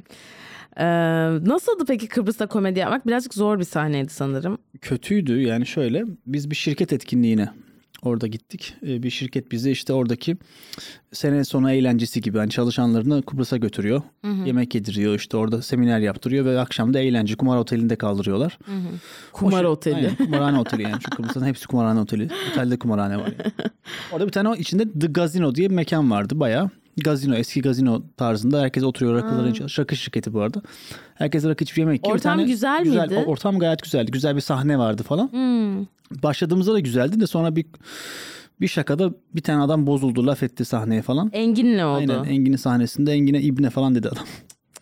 [SPEAKER 1] Nasıldı peki Kıbrıs'ta komedi yapmak? Birazcık zor bir sahneydi sanırım.
[SPEAKER 2] Kötüydü yani şöyle. Biz bir şirket etkinliğine orada gittik. Bir şirket bizi işte oradaki sene sonu eğlencesi gibi hani çalışanlarını Kıbrıs'a götürüyor. Hı-hı. Yemek yediriyor işte orada seminer yaptırıyor ve akşam da eğlence kumar otelinde kaldırıyorlar.
[SPEAKER 1] Hı-hı. Kumar oteli.
[SPEAKER 2] Aynen, kumarhane oteli yani. Çünkü Kıbrıs'ın hepsi kumarhane oteli. Otelde kumarhane var yani. Orada bir tane içinde The Gazino diye bir mekan vardı bayağı. Gazino, eski gazino tarzında herkes oturuyor rakıların içinde. Rakı şirketi bu arada. Herkes rakı içip yemek yiyor.
[SPEAKER 1] Ortam güzel miydi?
[SPEAKER 2] Ortam gayet güzeldi. Güzel bir sahne vardı falan. Başladığımızda da güzeldi de sonra bir şakada bir tane adam bozuldu, laf etti sahneye falan.
[SPEAKER 1] Engin'le oldu.
[SPEAKER 2] Aynen, Engin'in sahnesinde Engin'e İbne falan dedi adam.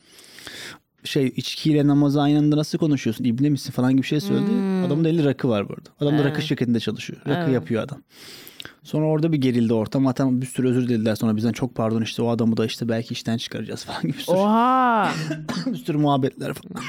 [SPEAKER 2] İçkiyle namazı aynı anda nasıl konuşuyorsun? İbne misin falan gibi bir şey söyledi. Adamın elinde rakı var bu arada. Adam da rakı şirketinde çalışıyor. Rakı yapıyor adam. Sonra orada bir gerildi ortam. Hatta bir sürü özür dilediler sonra bizden. Çok pardon işte o adamı da işte belki işten çıkaracağız falan gibi bir sürü.
[SPEAKER 1] Oha!
[SPEAKER 2] Bir sürü muhabbetler falan.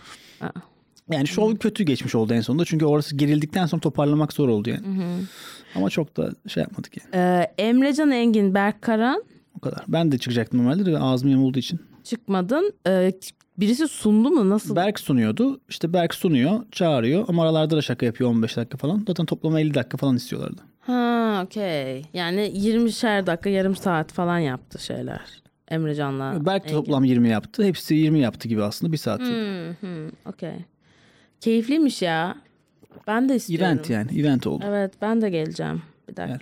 [SPEAKER 2] Yani şov kötü geçmiş oldu en sonunda. Çünkü orası gerildikten sonra toparlamak zor oldu yani. Ama çok da şey yapmadık yani.
[SPEAKER 1] Emrecan Engin, Berk Karan.
[SPEAKER 2] O kadar. Ben de çıkacaktım normalde de ağzım yamulduğu için.
[SPEAKER 1] Çıkmadın. Birisi sundu mu? Nasıl?
[SPEAKER 2] Berk sunuyordu. İşte Berk sunuyor, çağırıyor ama aralarda da şaka yapıyor 15 dakika falan. Zaten toplam 50 dakika falan istiyorlardı.
[SPEAKER 1] Ha, okey. Yani 20'şer dakika, yarım saat falan yaptı şeyler. Emrecan'la.
[SPEAKER 2] Berk de toplam 20 yaptı. Hepsi 20 yaptı gibi aslında. Bir saat sürdü.
[SPEAKER 1] Okey. Keyifliymiş ya. Ben de istiyorum.
[SPEAKER 2] Event yani. Event oldu.
[SPEAKER 1] Evet, ben de geleceğim. Bir dakika.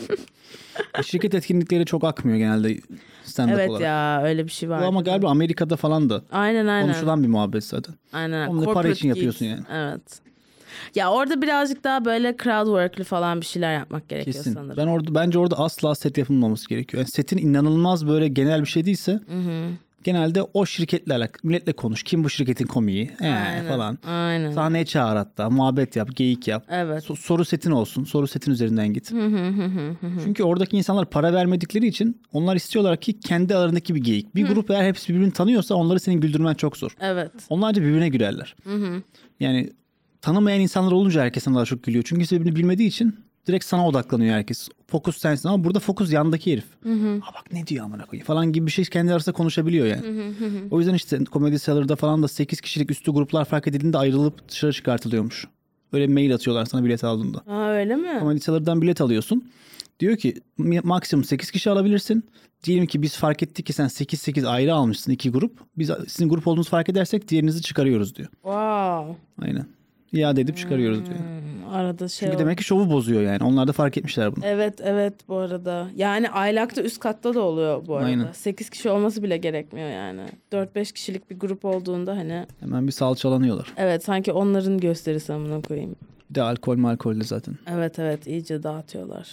[SPEAKER 2] Şirket etkinlikleri çok akmıyor genelde stand-up
[SPEAKER 1] evet
[SPEAKER 2] olarak.
[SPEAKER 1] Ya öyle bir şey var.
[SPEAKER 2] Bu ama galiba Amerika'da falan da
[SPEAKER 1] aynen.
[SPEAKER 2] konuşulan bir muhabbet zaten.
[SPEAKER 1] Aynen.
[SPEAKER 2] Onu da para için yapıyorsun yani.
[SPEAKER 1] Evet. Ya orada birazcık daha böyle crowd work'lü falan bir şeyler yapmak gerekiyor
[SPEAKER 2] Kesin.
[SPEAKER 1] sanırım.
[SPEAKER 2] Bence orada asla set yapılmaması gerekiyor. Yani setin inanılmaz böyle genel bir şey değilse genelde o şirketle alakalı. Milletle konuş. Kim bu şirketin komiği? Falan.
[SPEAKER 1] Aynen.
[SPEAKER 2] Sahneye çağır hatta. Muhabbet yap. Geyik yap.
[SPEAKER 1] Evet.
[SPEAKER 2] Soru setin olsun. Soru setin üzerinden git. Çünkü oradaki insanlar para vermedikleri için onlar istiyorlar ki kendi aralarındaki bir geyik. Bir grup eğer hepsi birbirini tanıyorsa onları senin güldürmen çok zor.
[SPEAKER 1] Evet.
[SPEAKER 2] Onlar da birbirine gülerler. Yani tanımayan insanlar olunca herkes sana daha çok gülüyor. Çünkü birbirini bilmediği için direkt sana odaklanıyor herkes. Fokus sensin ama burada fokus yandaki herif. Ha bak ne diyor amına koyayım falan gibi bir şey kendi arasında konuşabiliyor yani. O yüzden işte Comedy Cellar'da falan da 8 kişilik üstü gruplar fark edildiğinde ayrılıp dışarı çıkartılıyormuş. Öyle bir mail atıyorlar sana bilet aldığında.
[SPEAKER 1] Aa öyle mi?
[SPEAKER 2] Comedy Cellar'dan bilet alıyorsun. Diyor ki maksimum 8 kişi alabilirsin. Diyelim ki biz fark ettik ki sen 8 ayrı almışsın 2 grup. Biz sizin grup olduğunuzu fark edersek diğerinizi çıkarıyoruz diyor.
[SPEAKER 1] Wow.
[SPEAKER 2] Aynen. İade edip çıkarıyoruz diyor.
[SPEAKER 1] Arada şey
[SPEAKER 2] çünkü demek ki şovu bozuyor yani. Onlar da fark etmişler bunu.
[SPEAKER 1] Evet bu arada. Yani Aylak'ta üst katta da oluyor bu arada.
[SPEAKER 2] Aynen.
[SPEAKER 1] 8 kişi olması bile gerekmiyor yani. 4-5 kişilik bir grup olduğunda hani.
[SPEAKER 2] Hemen bir salçalanıyorlar.
[SPEAKER 1] Evet sanki onların gösterisi amına koyayım.
[SPEAKER 2] Bir de alkollü zaten.
[SPEAKER 1] Evet iyice dağıtıyorlar.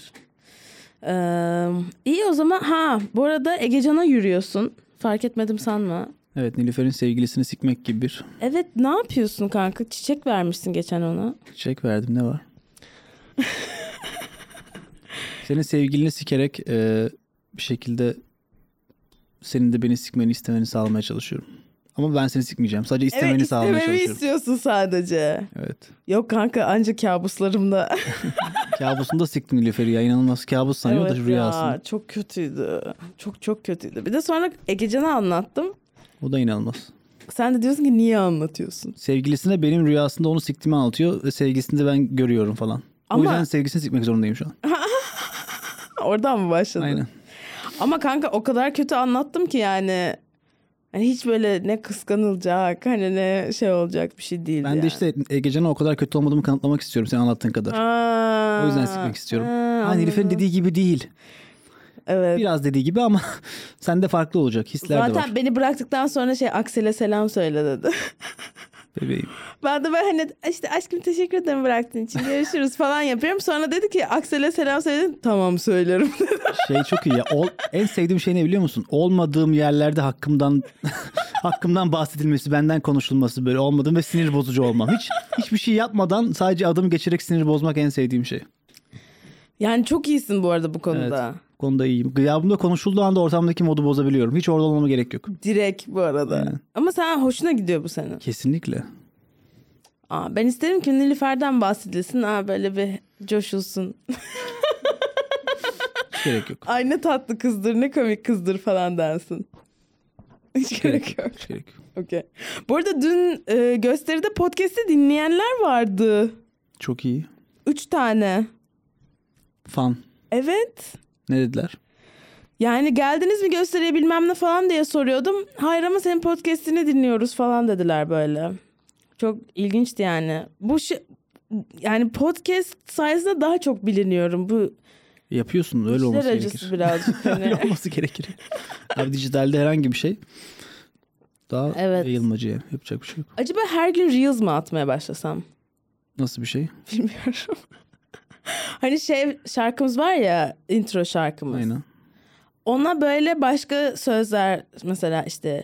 [SPEAKER 1] İyi o zaman. Bu arada Egecan'a yürüyorsun. Fark etmedim sanma.
[SPEAKER 2] Evet, Nilüfer'in sevgilisini sikmek gibi bir.
[SPEAKER 1] Evet, ne yapıyorsun kanka? Çiçek vermişsin geçen ona.
[SPEAKER 2] Çiçek verdim, ne var? Senin sevgilini sikerek bir şekilde senin de beni sikmeni istemeni sağlamaya çalışıyorum. Ama ben seni sikmeyeceğim. Sadece istemeni sağlamaya
[SPEAKER 1] istememi
[SPEAKER 2] çalışıyorum.
[SPEAKER 1] istiyorsun sadece.
[SPEAKER 2] Evet.
[SPEAKER 1] Yok kanka anca kabuslarımda.
[SPEAKER 2] Kabusunda siktin Nilüfer'i ya. İnanılmaz kabus sanıyor da rüyasında.
[SPEAKER 1] Ya çok kötüydü. Çok kötüydü. Bir de sonra Egecan'a anlattım.
[SPEAKER 2] O da inanılmaz.
[SPEAKER 1] Sen de diyorsun ki niye anlatıyorsun?
[SPEAKER 2] Sevgilisine benim rüyasında onu siktiğimi anlatıyor ve sevgilisini de ben görüyorum falan.
[SPEAKER 1] Ama-
[SPEAKER 2] O yüzden sevgilisini sikmek zorundayım şu an.
[SPEAKER 1] Oradan mı başladın?
[SPEAKER 2] Aynen.
[SPEAKER 1] Ama kanka o kadar kötü anlattım ki yani. Hani hiç böyle ne kıskanılacak hani ne şey olacak bir şey değildi
[SPEAKER 2] Ben
[SPEAKER 1] yani.
[SPEAKER 2] de işte Egecan'a o kadar kötü olmadığımı kanıtlamak istiyorum sen anlattığın kadar. O yüzden sikmek istiyorum. Hani Nilüfer'in dediği gibi değil.
[SPEAKER 1] Evet.
[SPEAKER 2] Biraz dediği gibi ama sende farklı olacak. Hisler de var.
[SPEAKER 1] Zaten beni bıraktıktan sonra Aksel'e selam söyle dedi.
[SPEAKER 2] Bebeğim.
[SPEAKER 1] Ben de böyle hani işte aşkım teşekkür ederim bıraktığın için görüşürüz falan yapıyorum. Sonra dedi ki Aksel'e selam söyledin. Tamam söylerim dedi.
[SPEAKER 2] Şey çok iyi ya. En sevdiğim şey ne biliyor musun? Olmadığım yerlerde hakkımdan bahsedilmesi, benden konuşulması, böyle olmadığım ve sinir bozucu olmam. Hiçbir şey yapmadan sadece adım geçerek sinir bozmak en sevdiğim şey.
[SPEAKER 1] Yani çok iyisin bu arada bu konuda.
[SPEAKER 2] Evet. Bu konuda iyiyim. Gıyabımda konuşulduğu anda ortamdaki modu bozabiliyorum. Hiç orada olmama gerek yok.
[SPEAKER 1] Direkt bu arada.
[SPEAKER 2] Aynen.
[SPEAKER 1] Ama sen hoşuna gidiyor bu senin.
[SPEAKER 2] Kesinlikle.
[SPEAKER 1] Ben isterim ki Nilüfer'den bahsedilsin. Böyle bir coşulsun.
[SPEAKER 2] Hiç gerek yok.
[SPEAKER 1] Ay ne tatlı kızdır ne komik kızdır falan dersin. Hiç gerek yok.
[SPEAKER 2] Hiç gerek yok.
[SPEAKER 1] Okay. Bu arada dün gösteride podcast'i dinleyenler vardı.
[SPEAKER 2] Çok iyi.
[SPEAKER 1] 3 tane.
[SPEAKER 2] Fan.
[SPEAKER 1] Evet.
[SPEAKER 2] Ne dediler?
[SPEAKER 1] Yani geldiniz mi gösteriye bilmem ne falan diye soruyordum. Hayır ama senin podcast'ini dinliyoruz falan dediler böyle. Çok ilginçti yani. Yani podcast sayesinde daha çok biliniyorum. Bu
[SPEAKER 2] Yapıyorsun öyle
[SPEAKER 1] işler
[SPEAKER 2] olması
[SPEAKER 1] acısı
[SPEAKER 2] gerekir.
[SPEAKER 1] birazcık.
[SPEAKER 2] Öyle
[SPEAKER 1] Hani.
[SPEAKER 2] olması gerekir. Abi dijitalde herhangi bir şey daha
[SPEAKER 1] Evet.
[SPEAKER 2] yayılmacı yani. Yapacak bir şey yok.
[SPEAKER 1] Acaba her gün Reels mı atmaya başlasam?
[SPEAKER 2] Nasıl bir şey?
[SPEAKER 1] Bilmiyorum. Hani şarkımız var ya, intro şarkımız.
[SPEAKER 2] Aynen.
[SPEAKER 1] Ona böyle başka sözler mesela işte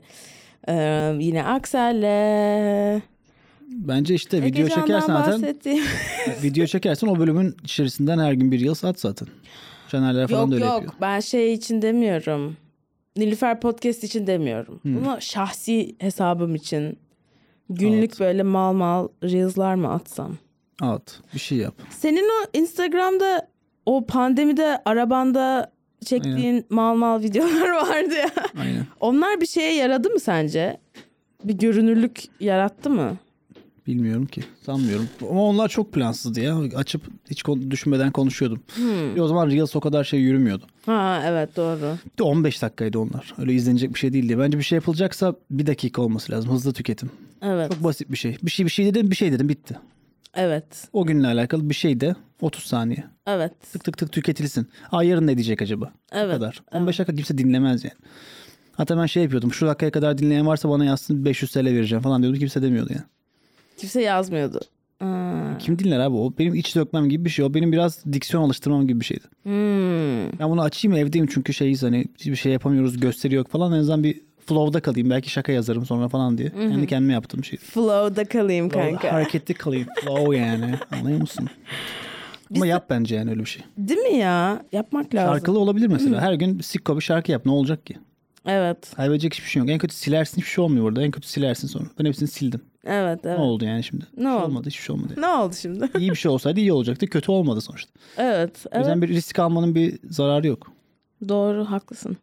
[SPEAKER 1] yine Aksel'le
[SPEAKER 2] Bence işte video
[SPEAKER 1] Egecan'dan
[SPEAKER 2] çekersen zaten
[SPEAKER 1] bahsettiğim.
[SPEAKER 2] video çekersen o bölümün içerisinden her gün bir yıl at zaten. Canerler falan
[SPEAKER 1] Yok
[SPEAKER 2] da öyle
[SPEAKER 1] yok
[SPEAKER 2] yapıyor.
[SPEAKER 1] ben için demiyorum. Nilüfer Podcast için demiyorum. Bunu şahsi hesabım için günlük
[SPEAKER 2] At.
[SPEAKER 1] böyle mal reels'lar mı atsam?
[SPEAKER 2] At. Bir şey yap.
[SPEAKER 1] Senin o Instagram'da o pandemide arabanda çektiğin mal videolar vardı ya.
[SPEAKER 2] Aynen.
[SPEAKER 1] Onlar bir şeye yaradı mı sence? Bir görünürlük yarattı mı?
[SPEAKER 2] Bilmiyorum ki. Sanmıyorum. Ama onlar çok plansızdı ya. Açıp hiç düşünmeden konuşuyordum. O zaman Reels o kadar şey yürümüyordu.
[SPEAKER 1] Ha evet doğru.
[SPEAKER 2] Bir de 15 dakikaydı onlar. Öyle izlenecek bir şey değildi. Bence bir şey yapılacaksa 1 dakika olması lazım. Hızlı tüketim.
[SPEAKER 1] Evet.
[SPEAKER 2] Çok basit bir şey. Bir şey dedim bitti.
[SPEAKER 1] Evet.
[SPEAKER 2] O günle alakalı bir şey de 30 saniye.
[SPEAKER 1] Evet.
[SPEAKER 2] Tık tık tık tüketilsin. Yarın ne diyecek acaba?
[SPEAKER 1] Evet,
[SPEAKER 2] Bu kadar. 15 dakika kimse dinlemez yani. Hatta ben şey yapıyordum. Şu dakikaya kadar dinleyen varsa bana yazsın 500 TL vereceğim falan diyordum. Kimse demiyordu yani.
[SPEAKER 1] Kimse yazmıyordu.
[SPEAKER 2] Kim dinler abi? O benim iç dökmem gibi bir şey. O benim biraz diksiyon alıştırmam gibi bir şeydi. Ben bunu açayım evdeyim çünkü hani hiçbir şey yapamıyoruz gösteri yok falan. En azından bir flow'da kalayım. Belki şaka yazarım sonra falan diye. Kendi kendime yaptığım şey.
[SPEAKER 1] Flow'da kalayım kanka.
[SPEAKER 2] Hareketli kalayım. Flow yani. Anlıyor musun? Ama yap bence yani öyle bir şey.
[SPEAKER 1] Değil mi ya? Yapmak lazım.
[SPEAKER 2] Şarkılı olabilir mesela. Her gün sikko bir şarkı yap. Ne olacak ki?
[SPEAKER 1] Evet.
[SPEAKER 2] Kaybedecek hiçbir şey yok. En kötü silersin hiçbir şey olmuyor orada. En kötü silersin sonra. Ben hepsini sildim.
[SPEAKER 1] Evet.
[SPEAKER 2] Ne oldu yani şimdi?
[SPEAKER 1] Ne oldu?
[SPEAKER 2] Olmadı hiçbir şey olmadı.
[SPEAKER 1] Ne oldu şimdi?
[SPEAKER 2] İyi bir şey olsaydı iyi olacaktı. Kötü olmadı sonuçta.
[SPEAKER 1] Evet.
[SPEAKER 2] O yüzden
[SPEAKER 1] Evet.
[SPEAKER 2] bir risk almanın bir zararı yok.
[SPEAKER 1] Doğru haklısın.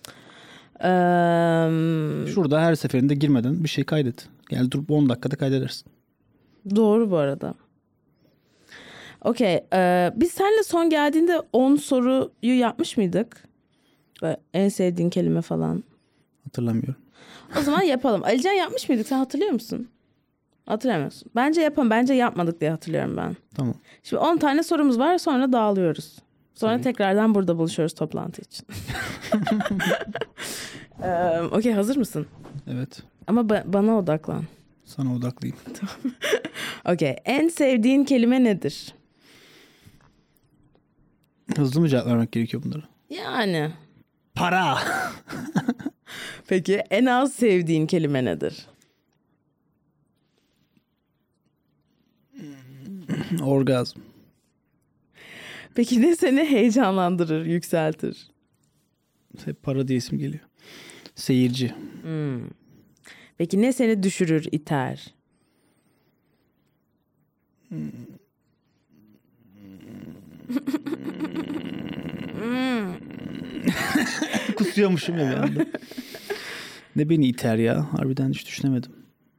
[SPEAKER 2] Şurada her seferinde girmeden bir şey kaydet. Gel durup 10 dakikada kaydedersin.
[SPEAKER 1] Doğru bu arada. Okey. Biz seninle son geldiğinde 10 soruyu yapmış mıydık? Böyle en sevdiğin kelime falan.
[SPEAKER 2] Hatırlamıyorum.
[SPEAKER 1] O zaman yapalım. Alican yapmış mıydık? Sen hatırlıyor musun? Hatırlamıyorsun. Bence yapalım. Bence yapmadık diye hatırlıyorum ben.
[SPEAKER 2] Tamam.
[SPEAKER 1] Şimdi 10 tane sorumuz var. Sonra dağılıyoruz. Sonra tekrardan burada buluşuyoruz toplantı için. Okey hazır mısın?
[SPEAKER 2] Evet.
[SPEAKER 1] Ama bana odaklan.
[SPEAKER 2] Sana odaklıyım.
[SPEAKER 1] Okey. En sevdiğin kelime nedir?
[SPEAKER 2] Hızlı mı cevap vermek gerekiyor bunlara?
[SPEAKER 1] Yani.
[SPEAKER 2] Para.
[SPEAKER 1] Peki en az sevdiğin kelime nedir?
[SPEAKER 2] Orgazm.
[SPEAKER 1] Peki ne seni heyecanlandırır, yükseltir?
[SPEAKER 2] Hep para diye isim geliyor. Seyirci.
[SPEAKER 1] Peki ne seni düşürür, iter?
[SPEAKER 2] Kusuyormuşum ya bir anda. Ne beni iter ya? Harbiden hiç düşünemedim.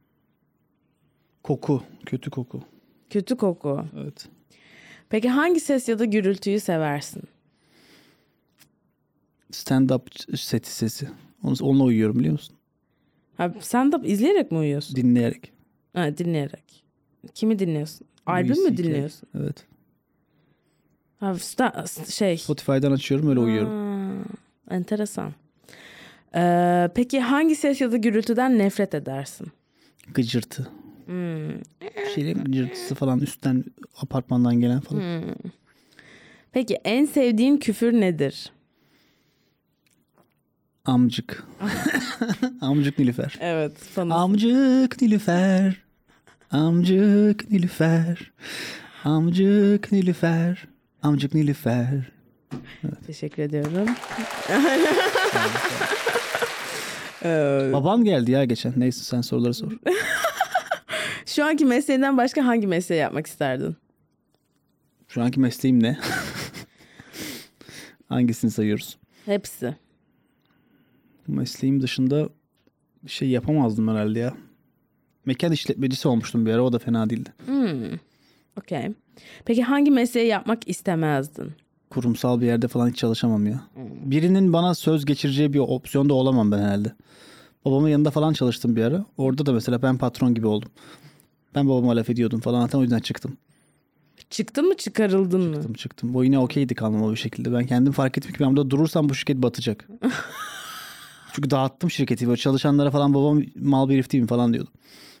[SPEAKER 2] Koku. Kötü koku.
[SPEAKER 1] Kötü koku.
[SPEAKER 2] Evet.
[SPEAKER 1] Peki hangi ses ya da gürültüyü seversin?
[SPEAKER 2] Stand-up sesi. Onunla uyuyorum biliyor musun?
[SPEAKER 1] Ha, stand-up izleyerek mi uyuyorsun?
[SPEAKER 2] Dinleyerek.
[SPEAKER 1] Ha, dinleyerek. Kimi dinliyorsun? Albüm
[SPEAKER 2] Louis
[SPEAKER 1] mü
[SPEAKER 2] C.K.
[SPEAKER 1] dinliyorsun?
[SPEAKER 2] Evet.
[SPEAKER 1] Ha,
[SPEAKER 2] Spotify'dan açıyorum öyle uyuyorum.
[SPEAKER 1] Enteresan. Peki hangi ses ya da gürültüden nefret edersin?
[SPEAKER 2] Gıcırtı. Şeylerin gıcırtısı falan üstten apartmandan gelen falan.
[SPEAKER 1] Peki en sevdiğin küfür nedir?
[SPEAKER 2] Amcık. Amcık Nilüfer.
[SPEAKER 1] Evet.
[SPEAKER 2] Amcık Nilüfer. Amcık Nilüfer. Amcık Nilüfer. Amcık Nilüfer. Evet.
[SPEAKER 1] Teşekkür ediyorum.
[SPEAKER 2] Babam geldi ya geçen. Neyse sen soruları sor.
[SPEAKER 1] Şu anki mesleğinden başka hangi mesleği yapmak isterdin?
[SPEAKER 2] Şu anki mesleğim ne? Hangisini sayıyoruz?
[SPEAKER 1] Hepsi.
[SPEAKER 2] Mesleğim dışında bir şey yapamazdım herhalde ya. Mekan işletmecisi olmuştum bir ara, o da fena değildi.
[SPEAKER 1] Okey. Peki hangi mesleği yapmak istemezdin?
[SPEAKER 2] Kurumsal bir yerde falan hiç çalışamam ya. Birinin bana söz geçireceği bir opsiyonda olamam ben herhalde. Babamın yanında falan çalıştım bir ara. Orada da mesela ben patron gibi oldum. Ben babama laf ediyordum falan. Hatta o yüzden çıktım.
[SPEAKER 1] Çıktın mı, çıkarıldın mı?
[SPEAKER 2] Çıktım. O yine okeydi kalmama bir şekilde. Ben kendim fark ettim ki ben burada durursam bu şirket batacak. Çünkü dağıttım şirketi. Böyle çalışanlara falan babam mal bir herif değil mi falan diyordu.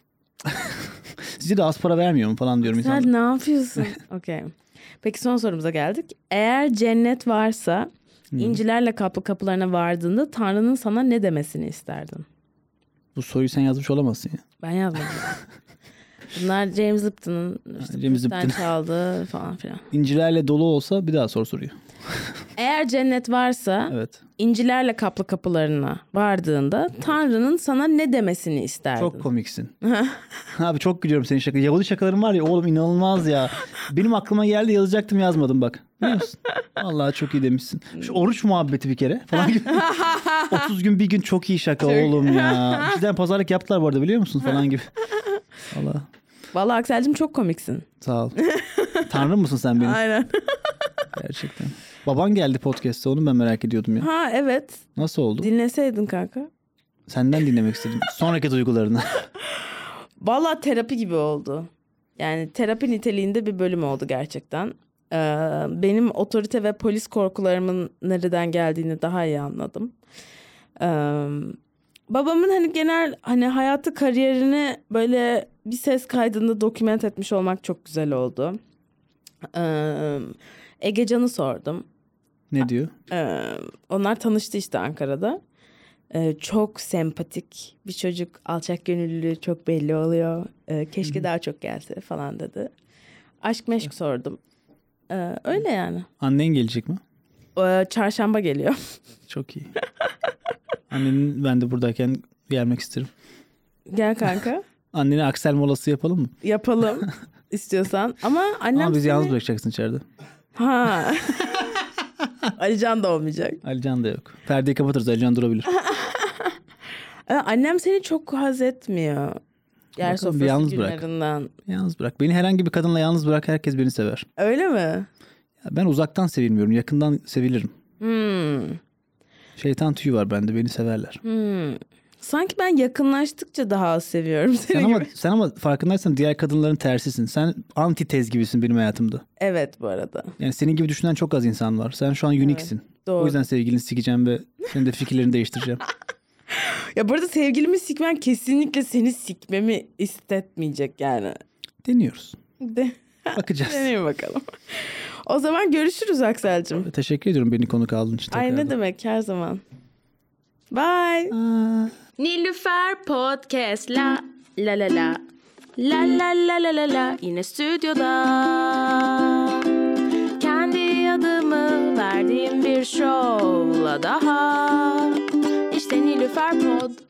[SPEAKER 2] Size de az para vermiyor mu falan diyorum insanlara.
[SPEAKER 1] Sen ne yapıyorsun? Okey. Peki son sorumuza geldik. Eğer cennet varsa incilerle kaplı kapılarına vardığında Tanrı'nın sana ne demesini isterdin?
[SPEAKER 2] Bu soruyu sen yazmış olamazsın ya.
[SPEAKER 1] Ben yazmadım. Bunlar James Lipton'un
[SPEAKER 2] James Lipton
[SPEAKER 1] çaldığı falan filan.
[SPEAKER 2] İncilerle dolu olsa bir daha soru soruyor.
[SPEAKER 1] Eğer cennet varsa
[SPEAKER 2] Evet.
[SPEAKER 1] incilerle kaplı kapılarına vardığında Tanrı'nın sana ne demesini isterdin?
[SPEAKER 2] Çok komiksin. Abi çok gülüyorum senin şaka. Yahudi şakaların var ya oğlum, inanılmaz ya. Benim aklıma geldi, yazacaktım yazmadım bak. Biliyor musun? Vallahi çok iyi demişsin. Şu oruç muhabbeti bir kere falan gibi. 30 gün bir gün çok iyi şaka oğlum ya. Cidden pazarlık yaptılar bu arada biliyor musun falan gibi.
[SPEAKER 1] Vallahi Aksel'cim çok komiksin.
[SPEAKER 2] Sağ ol. Tanrım mısın sen benim?
[SPEAKER 1] Aynen.
[SPEAKER 2] Gerçekten. Baban geldi podcast'te, onu ben merak ediyordum ya.
[SPEAKER 1] Ha evet.
[SPEAKER 2] Nasıl oldu?
[SPEAKER 1] Dinleseydin kanka.
[SPEAKER 2] Senden dinlemek istedim. Sonraki duygularını.
[SPEAKER 1] Vallahi terapi gibi oldu. Yani terapi niteliğinde bir bölüm oldu gerçekten. Benim otorite ve polis korkularımın nereden geldiğini daha iyi anladım. Babamın hani genel hani hayatı, kariyerini böyle bir ses kaydında doküment etmiş olmak çok güzel oldu. Egecan'ı sordum.
[SPEAKER 2] Ne diyor?
[SPEAKER 1] Onlar tanıştı işte Ankara'da. Çok sempatik bir çocuk, alçak gönüllü, çok belli oluyor. Keşke daha çok gelse falan dedi. Aşk meşk sordum. Öyle yani.
[SPEAKER 2] Annen gelecek mi?
[SPEAKER 1] Çarşamba geliyor.
[SPEAKER 2] Çok iyi. Annenin ben de buradayken gelmek isterim.
[SPEAKER 1] Gel kanka.
[SPEAKER 2] Annene Aksel molası yapalım mı?
[SPEAKER 1] Yapalım istiyorsan. Ama annem
[SPEAKER 2] Ama bizi
[SPEAKER 1] seni...
[SPEAKER 2] yalnız bırakacaksın içeride.
[SPEAKER 1] Ha. Alican da olmayacak.
[SPEAKER 2] Alican da yok. Perdeyi kapatırız, Alican durabilir.
[SPEAKER 1] Annem seni çok haz etmiyor. Yer
[SPEAKER 2] Bakalım, bir
[SPEAKER 1] sofrası
[SPEAKER 2] yalnız
[SPEAKER 1] günlerinden.
[SPEAKER 2] Yalnız bırak. Beni herhangi bir kadınla yalnız bırak, herkes beni sever.
[SPEAKER 1] Öyle mi?
[SPEAKER 2] Ya ben uzaktan sevilmiyorum. Yakından sevilirim. Şeytan tüyü var bende. Beni severler.
[SPEAKER 1] Sanki ben yakınlaştıkça daha az seviyorum seni
[SPEAKER 2] Sen ama farkındaysan diğer kadınların tersisin. Sen antitez gibisin benim hayatımda.
[SPEAKER 1] Evet bu arada.
[SPEAKER 2] Yani senin gibi düşünen çok az insan var. Sen şu an unique'sin.
[SPEAKER 1] Doğru.
[SPEAKER 2] O yüzden sevgilini sikeceğim ve senin de fikirlerini değiştireceğim.
[SPEAKER 1] Ya bu arada sevgilimi sikmen kesinlikle seni sikmemi istetmeyecek yani.
[SPEAKER 2] Deniyoruz. Bakacağız.
[SPEAKER 1] Deneyim bakalım. O zaman görüşürüz Aksel'cim.
[SPEAKER 2] Teşekkür ediyorum beni konuk aldığın için.
[SPEAKER 1] Ay
[SPEAKER 2] tekrardan.
[SPEAKER 1] ne demek, her zaman. Bye. Nilüfer Podcast la la la la la la la la la la yine stüdyoda. Kendi adımı verdiğim bir şovla daha. Süper Pod.